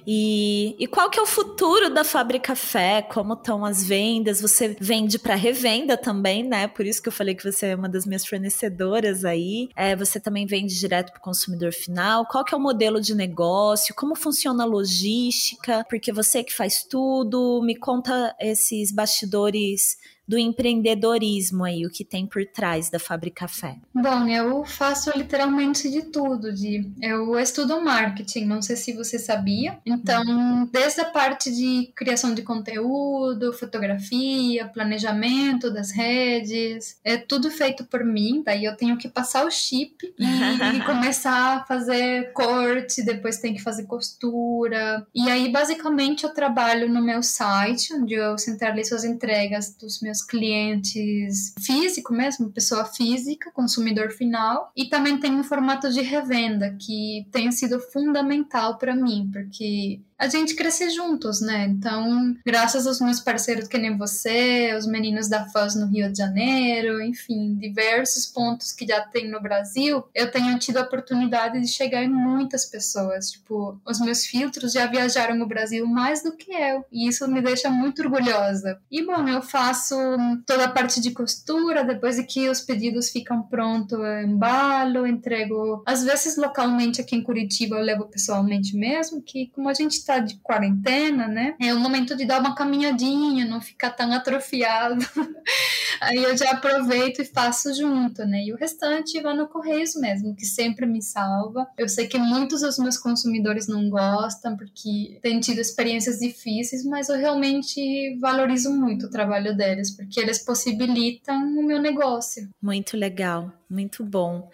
E qual que é o futuro da Fábrica Café? Como estão as vendas? Você vende para revenda também, né? Por isso que eu falei que você é uma das minhas fornecedoras aí. Você também vende direto para o consumidor final. Qual que é o modelo de negócio? Como funciona a logística? Porque você que faz tudo, me conta esses bastidores do empreendedorismo aí, o que tem por trás da Fabricafé? Bom, eu faço literalmente de tudo, eu estudo marketing, não sei se você sabia, então desde a parte de criação de conteúdo, fotografia, planejamento das redes, é tudo feito por mim, daí eu tenho que passar o chip e começar a fazer corte, depois tem que fazer costura, e aí basicamente eu trabalho no meu site, onde eu centralizo as entregas dos meus clientes físico mesmo, pessoa física, consumidor final, e também tem um formato de revenda que tem sido fundamental para mim, porque a gente cresce juntos, né? Então, graças aos meus parceiros que nem você, os meninos da Fuzz no Rio de Janeiro, enfim, diversos pontos que já tem no Brasil, eu tenho tido a oportunidade de chegar em muitas pessoas. Tipo, os meus filtros já viajaram o Brasil mais do que eu, e isso me deixa muito orgulhosa. E, bom, eu faço toda a parte de costura, depois de que os pedidos ficam prontos, eu embalo, entrego, às vezes localmente aqui em Curitiba eu levo pessoalmente mesmo, que como a gente tá de quarentena, né? É o momento de dar uma caminhadinha, não ficar tão atrofiado. Aí eu já aproveito e faço junto, né? E o restante vai no Correios mesmo, que sempre me salva. Eu sei que muitos dos meus consumidores não gostam, porque têm tido experiências difíceis, mas eu realmente valorizo muito o trabalho deles, porque eles possibilitam o meu negócio. Muito legal. Muito bom.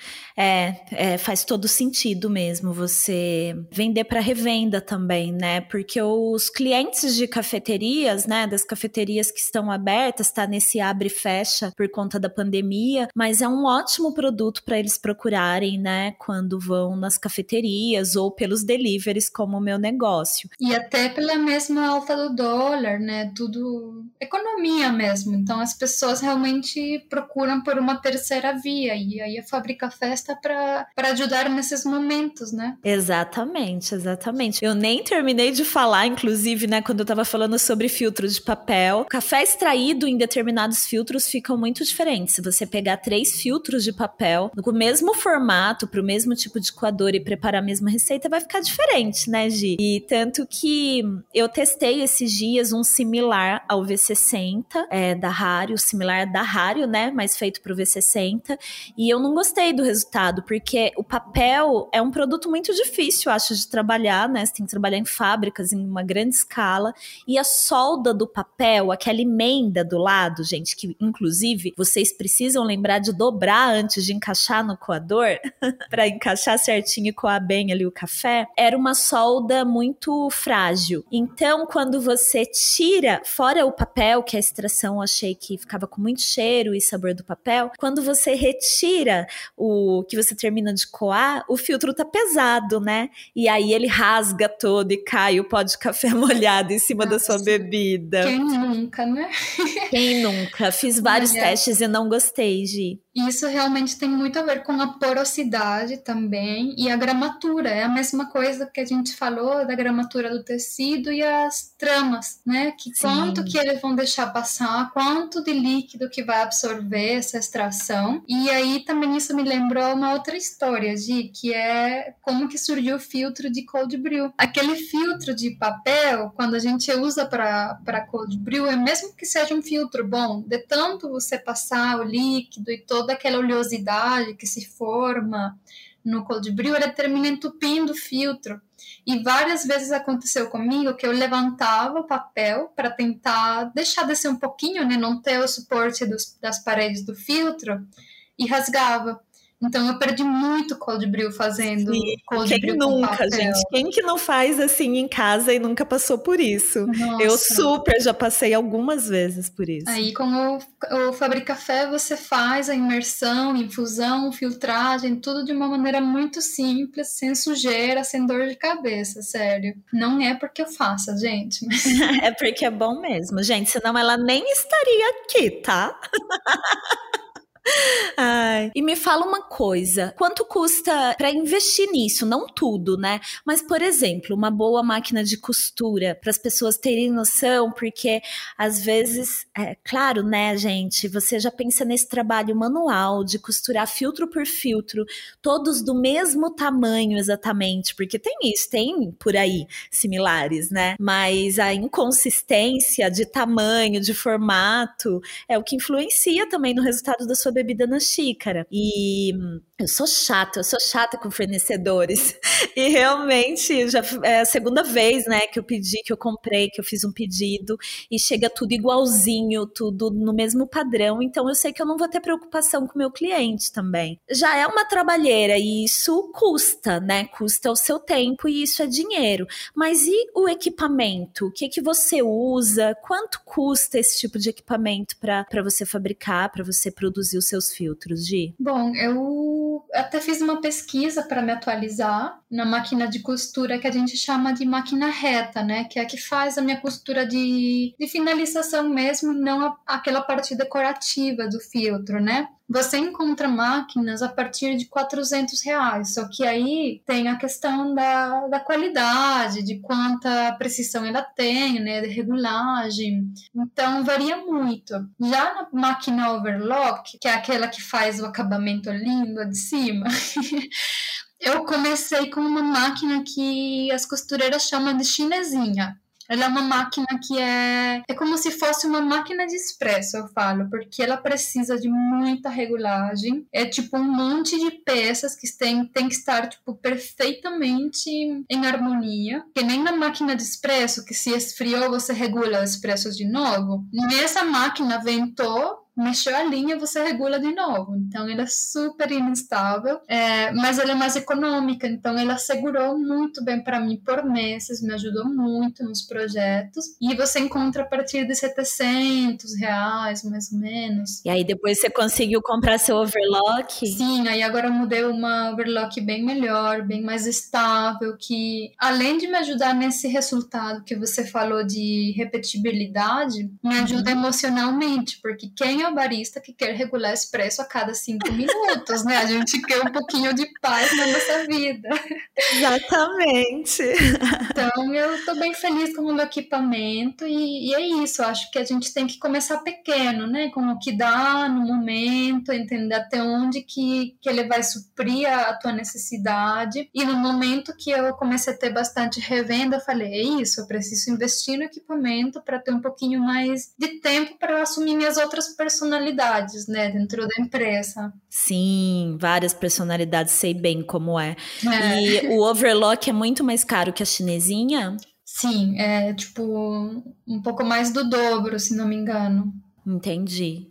Faz todo sentido mesmo você vender para revenda também, né? Porque os clientes de cafeterias, né, das cafeterias que estão abertas, tá nesse abre e fecha por conta da pandemia, mas é um ótimo produto para eles procurarem, né, quando vão nas cafeterias ou pelos deliveries como o meu negócio. E até pela mesma alta do dólar, né? Tudo economia mesmo. Então as pessoas realmente procuram por uma terceira via. E aí a Fabricafé está para ajudar nesses momentos, né? Exatamente. Eu nem terminei de falar, inclusive, né, quando eu estava falando sobre filtro de papel. Café extraído em determinados filtros ficam muito diferentes. Se você pegar 3 filtros de papel, com o mesmo formato, para o mesmo tipo de coador e preparar a mesma receita, vai ficar diferente, né, Gi? E tanto que eu testei esses dias um similar ao V60, da Hario, similar da Hario, né, mas feito para o V60, e eu não gostei do resultado, porque o papel é um produto muito difícil, eu acho, de trabalhar, né? Você tem que trabalhar em fábricas, em uma grande escala, e a solda do papel, aquela emenda do lado, gente, que inclusive vocês precisam lembrar de dobrar antes de encaixar no coador, para encaixar certinho e coar bem ali o café, era uma solda muito frágil. Então, quando você tira, fora o papel, que a extração eu achei que ficava com muito cheiro e sabor do papel, quando você retira o que você termina de coar, o filtro tá pesado, né? E aí ele rasga todo e cai o pó de café molhado em cima da sua bebida. Quem nunca, né? Quem nunca? Fiz vários testes e não gostei, Gi. Isso realmente tem muito a ver com a porosidade também e a gramatura. É a mesma coisa que a gente falou da gramatura do tecido e as tramas, né? Que quanto que eles vão deixar passar, quanto de líquido que vai absorver essa extração. E aí também isso me lembrou uma outra história, Gi, que é como que surgiu o filtro de cold brew. Aquele filtro de papel, quando a gente usa para cold brew, é mesmo que seja um filtro bom, de tanto você passar o líquido e toda aquela oleosidade que se forma no cold brew, ela termina entupindo o filtro. E várias vezes aconteceu comigo que eu levantava o papel para tentar deixar descer um pouquinho, né, não ter o suporte das paredes do filtro, e rasgava. Então eu perdi muito cold brew fazendo cold brew com papel. Quem nunca, gente? Quem que não faz assim em casa e nunca passou por isso? Nossa. Eu super já passei algumas vezes por isso. Aí com o Fabricafé você faz a imersão, infusão, filtragem, tudo de uma maneira muito simples, sem sujeira, sem dor de cabeça, sério. Não é porque eu faço, gente. Mas... É porque é bom mesmo, gente, senão ela nem estaria aqui, tá? Ai, e me fala uma coisa, quanto custa para investir nisso? Não tudo, né? Mas, por exemplo, uma boa máquina de costura, para as pessoas terem noção, porque às vezes, claro, né, gente, você já pensa nesse trabalho manual de costurar filtro por filtro, todos do mesmo tamanho exatamente, porque tem isso, tem por aí similares, né? Mas a inconsistência de tamanho, de formato, é o que influencia também no resultado da sua bebida na xícara. E eu sou chata com fornecedores. E realmente, já é a segunda vez, né, que eu pedi, que eu comprei, que eu fiz um pedido, e chega tudo igualzinho, tudo no mesmo padrão. Então eu sei que eu não vou ter preocupação com o meu cliente também. Já é uma trabalheira e isso custa, né? Custa o seu tempo e isso é dinheiro. Mas e o equipamento? O que você usa? Quanto custa esse tipo de equipamento para você fabricar, para você produzir os seus filtros, Gi? Bom, eu até fiz uma pesquisa para me atualizar na máquina de costura que a gente chama de máquina reta, né? Que é a que faz a minha costura de finalização mesmo, não aquela parte decorativa do filtro, né? Você encontra máquinas a partir de R$400, só que aí tem a questão da qualidade, de quanta precisão ela tem, né, de regulagem. Então, varia muito. Já na máquina overlock, que é aquela que faz o acabamento lindo de cima, eu comecei com uma máquina que as costureiras chamam de chinesinha. Ela é uma máquina que é como se fosse uma máquina de expresso, eu falo, porque ela precisa de muita regulagem. É tipo um monte de peças que tem que estar tipo perfeitamente em harmonia. Que nem na máquina de expresso, que se esfriou você regula o expresso de novo. Nessa máquina ventou, mexeu a linha, você regula de novo. Então, ela é super instável, mas ela é mais econômica. Então, ela segurou muito bem para mim por meses, me ajudou muito nos projetos. E você encontra a partir de R$700, mais ou menos. E aí, depois você conseguiu comprar seu overlock? Sim, aí agora eu mudei uma overlock bem melhor, bem mais estável, que além de me ajudar nesse resultado que você falou de repetibilidade, me ajuda emocionalmente, porque quem é o barista que quer regular expresso a cada 5 minutos, né? A gente quer um pouquinho de paz na nossa vida. Exatamente. Então, eu tô bem feliz com o meu equipamento e é isso. Acho que a gente tem que começar pequeno, né? Com o que dá no momento, entender até onde que ele vai suprir a tua necessidade. E no momento que eu comecei a ter bastante revenda, eu falei, é isso, eu preciso investir no equipamento para ter um pouquinho mais de tempo para assumir minhas outras personalidades, né? Dentro da empresa. Sim, várias personalidades, sei bem como é. E o overlock é muito mais caro que a chinesinha? Sim, é tipo um pouco mais do dobro, se não me engano. Entendi.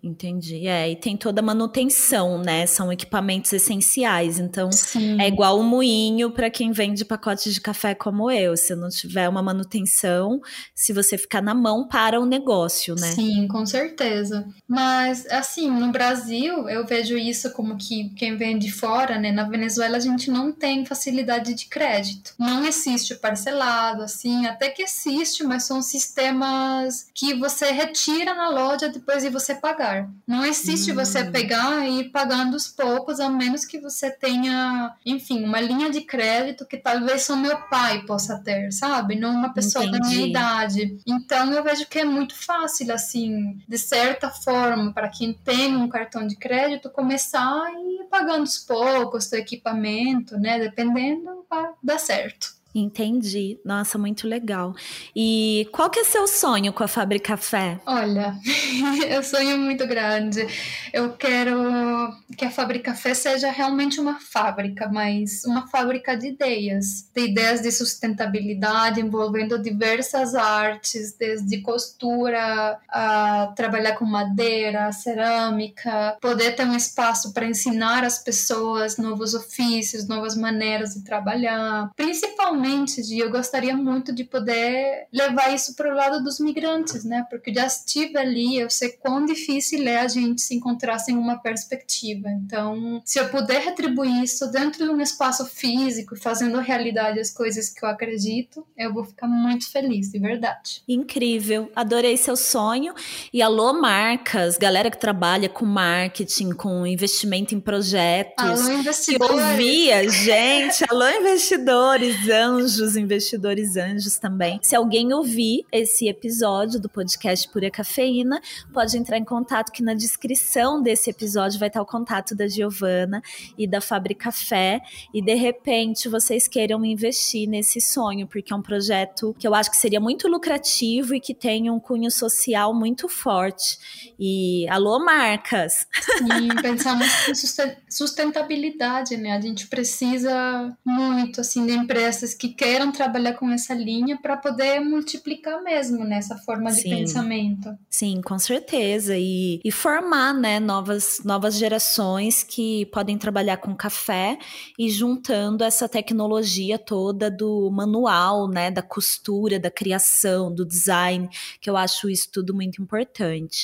E tem toda a manutenção, né? São equipamentos essenciais, então Sim. É igual o moinho para quem vende pacote de café como eu. Se não tiver uma manutenção, se você ficar na mão, para o negócio, né? Sim, com certeza. Mas, assim, no Brasil, eu vejo isso como que quem vem de fora, né? Na Venezuela, a gente não tem facilidade de crédito. Não existe o parcelado, assim, até que existe, mas são sistemas que você retira na loja depois de você pagar. Não existe você pegar e ir pagando aos poucos, a menos que você tenha, enfim, uma linha de crédito que talvez só meu pai possa ter, sabe? Não uma pessoa da minha idade. Então, eu vejo que é muito fácil, assim, de certa forma, para quem tem um cartão de crédito, começar a ir pagando aos poucos o equipamento, né? Dependendo, vai dar certo. Entendi. Nossa, muito legal. E qual que é seu sonho com a Fábrica Café? Olha, eu sonho muito grande. Eu quero que a Fábrica Café seja realmente uma fábrica, mas uma fábrica de ideias de sustentabilidade, envolvendo diversas artes, desde costura, a trabalhar com madeira, cerâmica, poder ter um espaço para ensinar as pessoas novos ofícios, novas maneiras de trabalhar, principalmente realmente, eu gostaria muito de poder levar isso para o lado dos migrantes, né? Porque eu já estive ali, eu sei quão difícil é a gente se encontrar sem uma perspectiva. Então, se eu puder retribuir isso dentro de um espaço físico, fazendo realidade as coisas que eu acredito, eu vou ficar muito feliz, de verdade. Incrível, adorei seu sonho. E alô, marcas, galera que trabalha com marketing, com investimento em projetos. Alô, investidores. Que ouvia, gente, alô, investidores anjos também. Se alguém ouvir esse episódio do podcast Pura Cafeína, pode entrar em contato, que na descrição desse episódio vai estar o contato da Giovana e da Fábrica Café, e de repente vocês queiram investir nesse sonho, porque é um projeto que eu acho que seria muito lucrativo e que tem um cunho social muito forte. E alô, marcas! Sim, pensamos em sustentabilidade, né? A gente precisa muito, assim, de empresas que queiram trabalhar com essa linha para poder multiplicar mesmo nessa forma de pensamento. Sim, com certeza. E formar, né, novas gerações que podem trabalhar com café e juntando essa tecnologia toda do manual, né, da costura, da criação, do design, que eu acho isso tudo muito importante.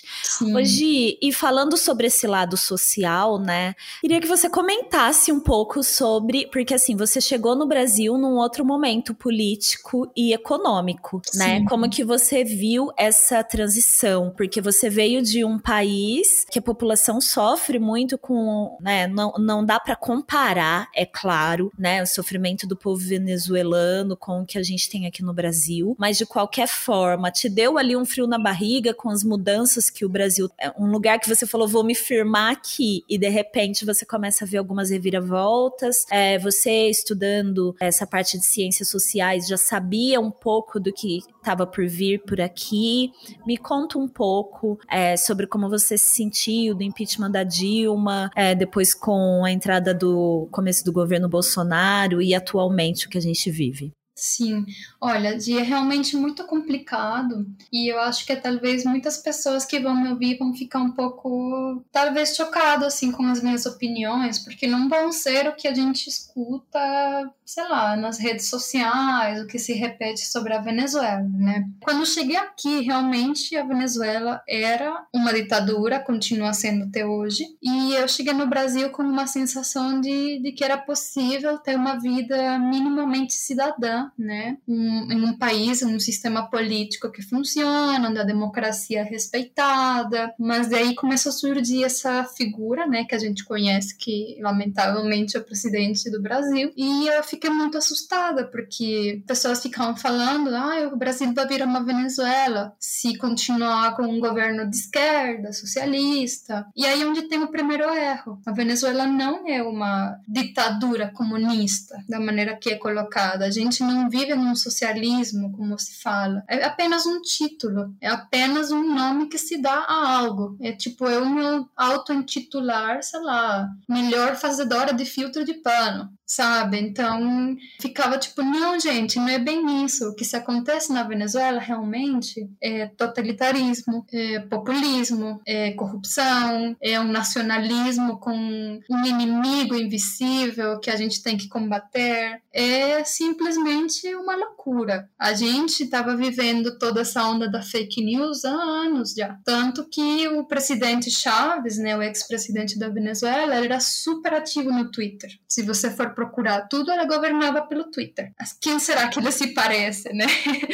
Hoje, e falando sobre esse lado social, né, queria que você comentasse um pouco sobre, porque assim, você chegou no Brasil num outro momento político e econômico, né? Como que você viu essa transição? Porque você veio de um país que a população sofre muito com, né, não dá para comparar, é claro, né, o sofrimento do povo venezuelano com o que a gente tem aqui no Brasil, mas de qualquer forma, te deu ali um frio na barriga com as mudanças que o Brasil, um lugar que você falou, vou me firmar aqui, e de repente você começa a ver algumas reviravoltas. Você estudando essa parte de ciências sociais já sabia um pouco do que estava por vir por aqui. Me conta um pouco sobre como você se sentiu do impeachment da Dilma, depois com a entrada do começo do governo Bolsonaro e atualmente o que a gente vive. Sim, olha, é realmente muito complicado e eu acho que talvez muitas pessoas que vão me ouvir vão ficar um pouco, talvez, chocadas assim, com as minhas opiniões, porque não vão ser o que a gente escuta, sei lá, nas redes sociais, o que se repete sobre a Venezuela, né? Quando eu cheguei aqui, realmente a Venezuela era uma ditadura, continua sendo até hoje, e eu cheguei no Brasil com uma sensação de que era possível ter uma vida minimamente cidadã, né? Em um país, um sistema político que funciona, onde a democracia é respeitada, mas daí começou a surgir essa figura, né, que a gente conhece, que lamentavelmente é o presidente do Brasil, e eu fiquei muito assustada, porque pessoas ficavam falando, o Brasil vai virar uma Venezuela se continuar com um governo de esquerda, socialista, e aí onde tem o primeiro erro. A Venezuela não é uma ditadura comunista, da maneira que é colocada. A gente não vive num socialismo, como se fala. É apenas um título, é apenas um nome que se dá a algo. É tipo, eu me auto-intitular, sei lá, melhor fazedora de filtro de pano, sabe? Então, ficava tipo, não, gente, não é bem isso. O que se acontece na Venezuela realmente é totalitarismo, é populismo, é corrupção, é um nacionalismo com um inimigo invisível que a gente tem que combater. É simplesmente uma loucura. A gente estava vivendo toda essa onda da fake news há anos já. Tanto que o presidente Chávez, né, o ex-presidente da Venezuela, ele era super ativo no Twitter. Se você for procurar tudo, ela governava pelo Twitter. Mas quem será que ele se parece, né?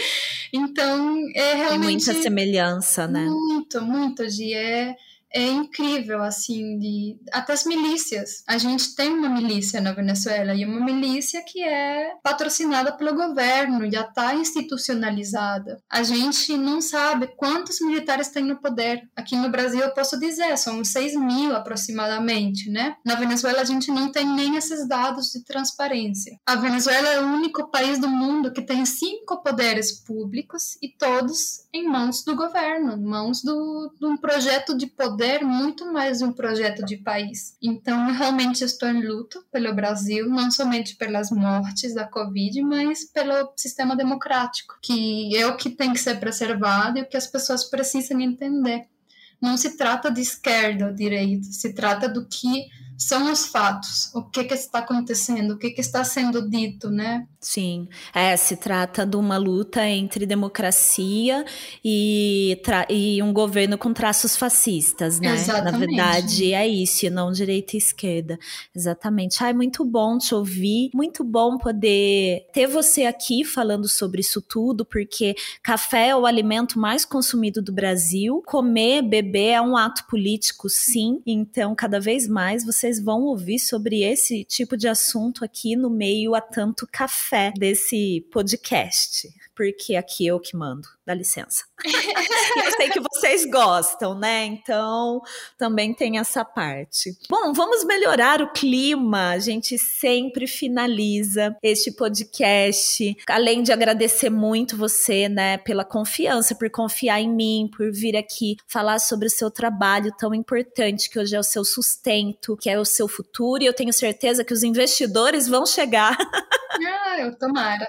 Então, é realmente... Tem muita semelhança, né? Muito, Gi. É incrível, assim, até as milícias. A gente tem uma milícia na Venezuela, e uma milícia que é patrocinada pelo governo, já está institucionalizada. A gente não sabe quantos militares tem no poder. Aqui no Brasil eu posso dizer, são 6.000 aproximadamente, né? Na Venezuela a gente não tem nem esses dados de transparência. A Venezuela é o único país do mundo que tem 5 poderes públicos e todos em mãos do governo, em mãos de um projeto de poder muito mais de um projeto de país. Então, eu realmente estou em luto pelo Brasil, não somente pelas mortes da Covid, mas pelo sistema democrático, que é o que tem que ser preservado e o que as pessoas precisam entender. Não se trata de esquerda ou direita, se trata do que são os fatos, o que está acontecendo, o que está sendo dito, né? Sim, se trata de uma luta entre democracia e um governo com traços fascistas, né? Exatamente. Na verdade, é isso, e não direita e esquerda. Exatamente. Ai, muito bom te ouvir, muito bom poder ter você aqui falando sobre isso tudo, porque café é o alimento mais consumido do Brasil, comer, beber é um ato político, sim, então cada vez mais vocês vão ouvir sobre esse tipo de assunto aqui no meio a tanto café desse podcast, porque aqui eu que mando, dá licença. E eu sei que vocês gostam, né? Então também tem essa parte. Bom, vamos melhorar o clima. A gente sempre finaliza este podcast, além de agradecer muito você, né, pela confiança, por confiar em mim, por vir aqui falar sobre o seu trabalho tão importante, que hoje é o seu sustento, que é o seu futuro, e eu tenho certeza que os investidores vão chegar. Eu tomara.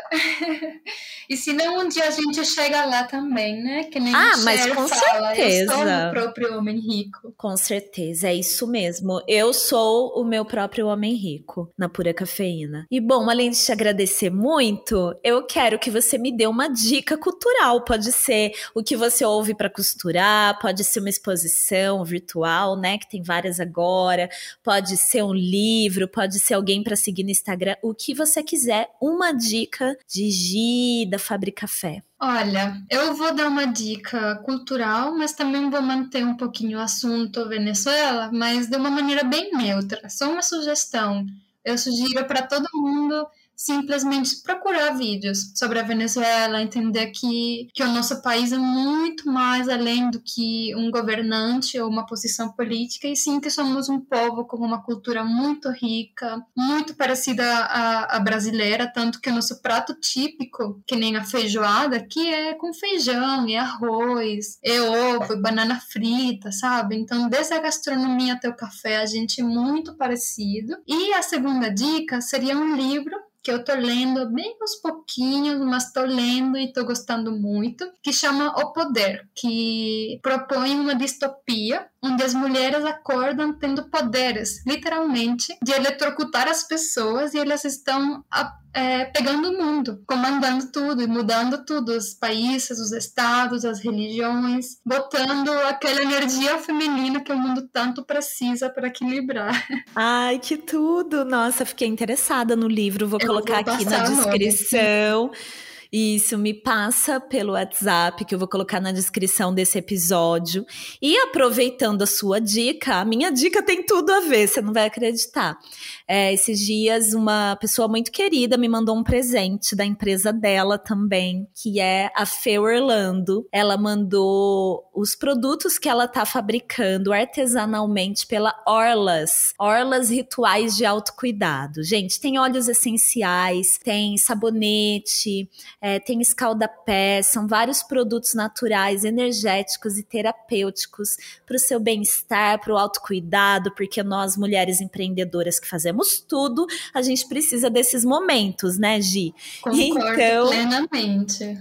E se não, um dia a gente chega lá também, né? Que nem mas com fala, certeza. Eu sou o próprio homem rico. Com certeza, é isso mesmo. Eu sou o meu próprio homem rico na Pura Cafeína. E bom, além de te agradecer muito, eu quero que você me dê uma dica cultural. Pode ser o que você ouve para costurar, pode ser uma exposição virtual, né? Que tem várias agora. Pode ser um livro, pode ser alguém para seguir no Instagram. O que você quiser, uma dica de Gi, da Fábrica Café. Olha, eu vou dar uma dica cultural, mas também vou manter um pouquinho o assunto Venezuela, mas de uma maneira bem neutra. Só uma sugestão. Eu sugiro para todo mundo simplesmente procurar vídeos sobre a Venezuela, entender que o nosso país é muito mais além do que um governante ou uma posição política, e sim que somos um povo com uma cultura muito rica, muito parecida à brasileira, tanto que o nosso prato típico, que nem a feijoada, que é com feijão e arroz, e ovo, e banana frita, sabe? Então, desde a gastronomia até o café, a gente é muito parecido. E a segunda dica seria um livro que eu tô lendo bem aos pouquinhos, mas tô lendo e tô gostando muito, que chama O Poder, que propõe uma distopia onde as mulheres acordam tendo poderes, literalmente, de eletrocutar as pessoas, e elas estão pegando o mundo, comandando tudo e mudando tudo, os países, os estados, as religiões, botando aquela energia feminina que o mundo tanto precisa para equilibrar. Ai, que tudo! Nossa, fiquei interessada no livro, vou colocar aqui na descrição. Isso, me passa pelo WhatsApp, que eu vou colocar na descrição desse episódio. E aproveitando a sua dica, a minha dica tem tudo a ver, você não vai acreditar. Esses dias, uma pessoa muito querida me mandou um presente da empresa dela também, que é a Fê Orlando. Ela mandou os produtos que ela tá fabricando artesanalmente pela Orlas Rituais de Autocuidado. Gente, tem óleos essenciais, tem sabonete, tem escaldapé, são vários produtos naturais, energéticos e terapêuticos para o seu bem-estar, para o autocuidado, porque nós, mulheres empreendedoras que fazemos tudo, a gente precisa desses momentos, né, Gi? Concordo plenamente.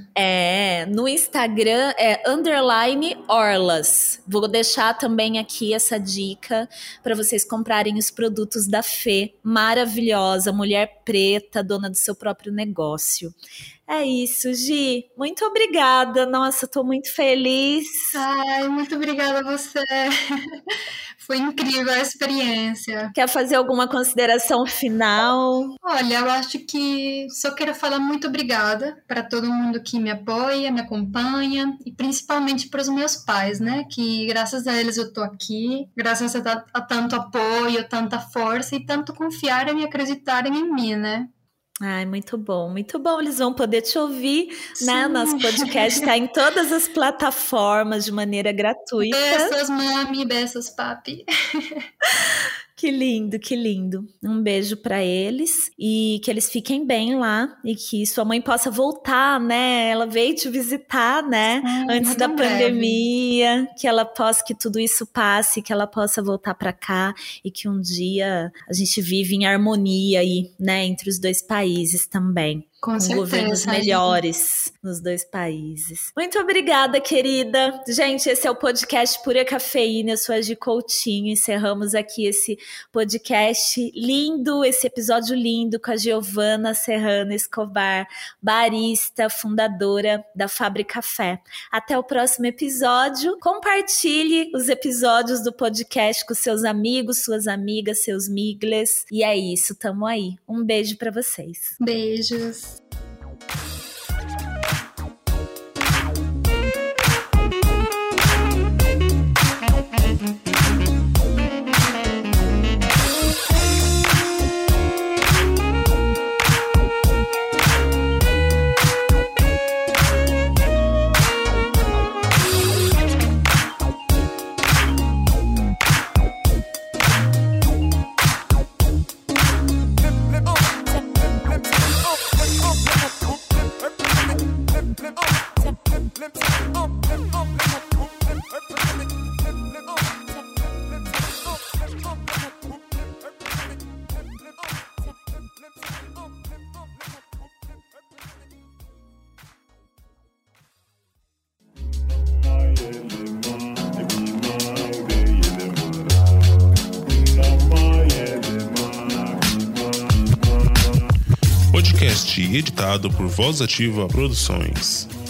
No Instagram é _Orlas. Vou deixar também aqui essa dica para vocês comprarem os produtos da Fê, maravilhosa, mulher preta, dona do seu próprio negócio. É isso, Gi. Muito obrigada. Nossa, tô muito feliz. Ai, muito obrigada a você. Foi incrível a experiência. Quer fazer alguma consideração final? Olha, eu acho que só quero falar muito obrigada para todo mundo que me apoia, me acompanha, e principalmente para os meus pais, né? Que graças a eles eu tô aqui, graças a tanto apoio, tanta força e tanto confiarem e acreditarem em mim, né? Ai, muito bom, muito bom. Eles vão poder te ouvir, né? Nosso podcast está em todas as plataformas de maneira gratuita. Beijos, mami, beijos, papi. Que lindo, que lindo. Um beijo para eles e que eles fiquem bem lá e que sua mãe possa voltar, né? Ela veio te visitar, né? Antes da pandemia, que ela possa, que tudo isso passe, que ela possa voltar para cá e que um dia a gente vive em harmonia aí, né? Entre os dois países também. Com governos melhores nos 2 países. Muito obrigada, querida. Gente, esse é o podcast Pura Cafeína. Eu sou a Gi Coutinho. Encerramos aqui esse podcast lindo, esse episódio lindo com a Giovana Serrano Escobar, barista, fundadora da Fábrica Café. Até o próximo episódio. Compartilhe os episódios do podcast com seus amigos, suas amigas, seus migles. E é isso, tamo aí. Um beijo pra vocês. Beijos. Podcast editado por Voz Ativa Produções.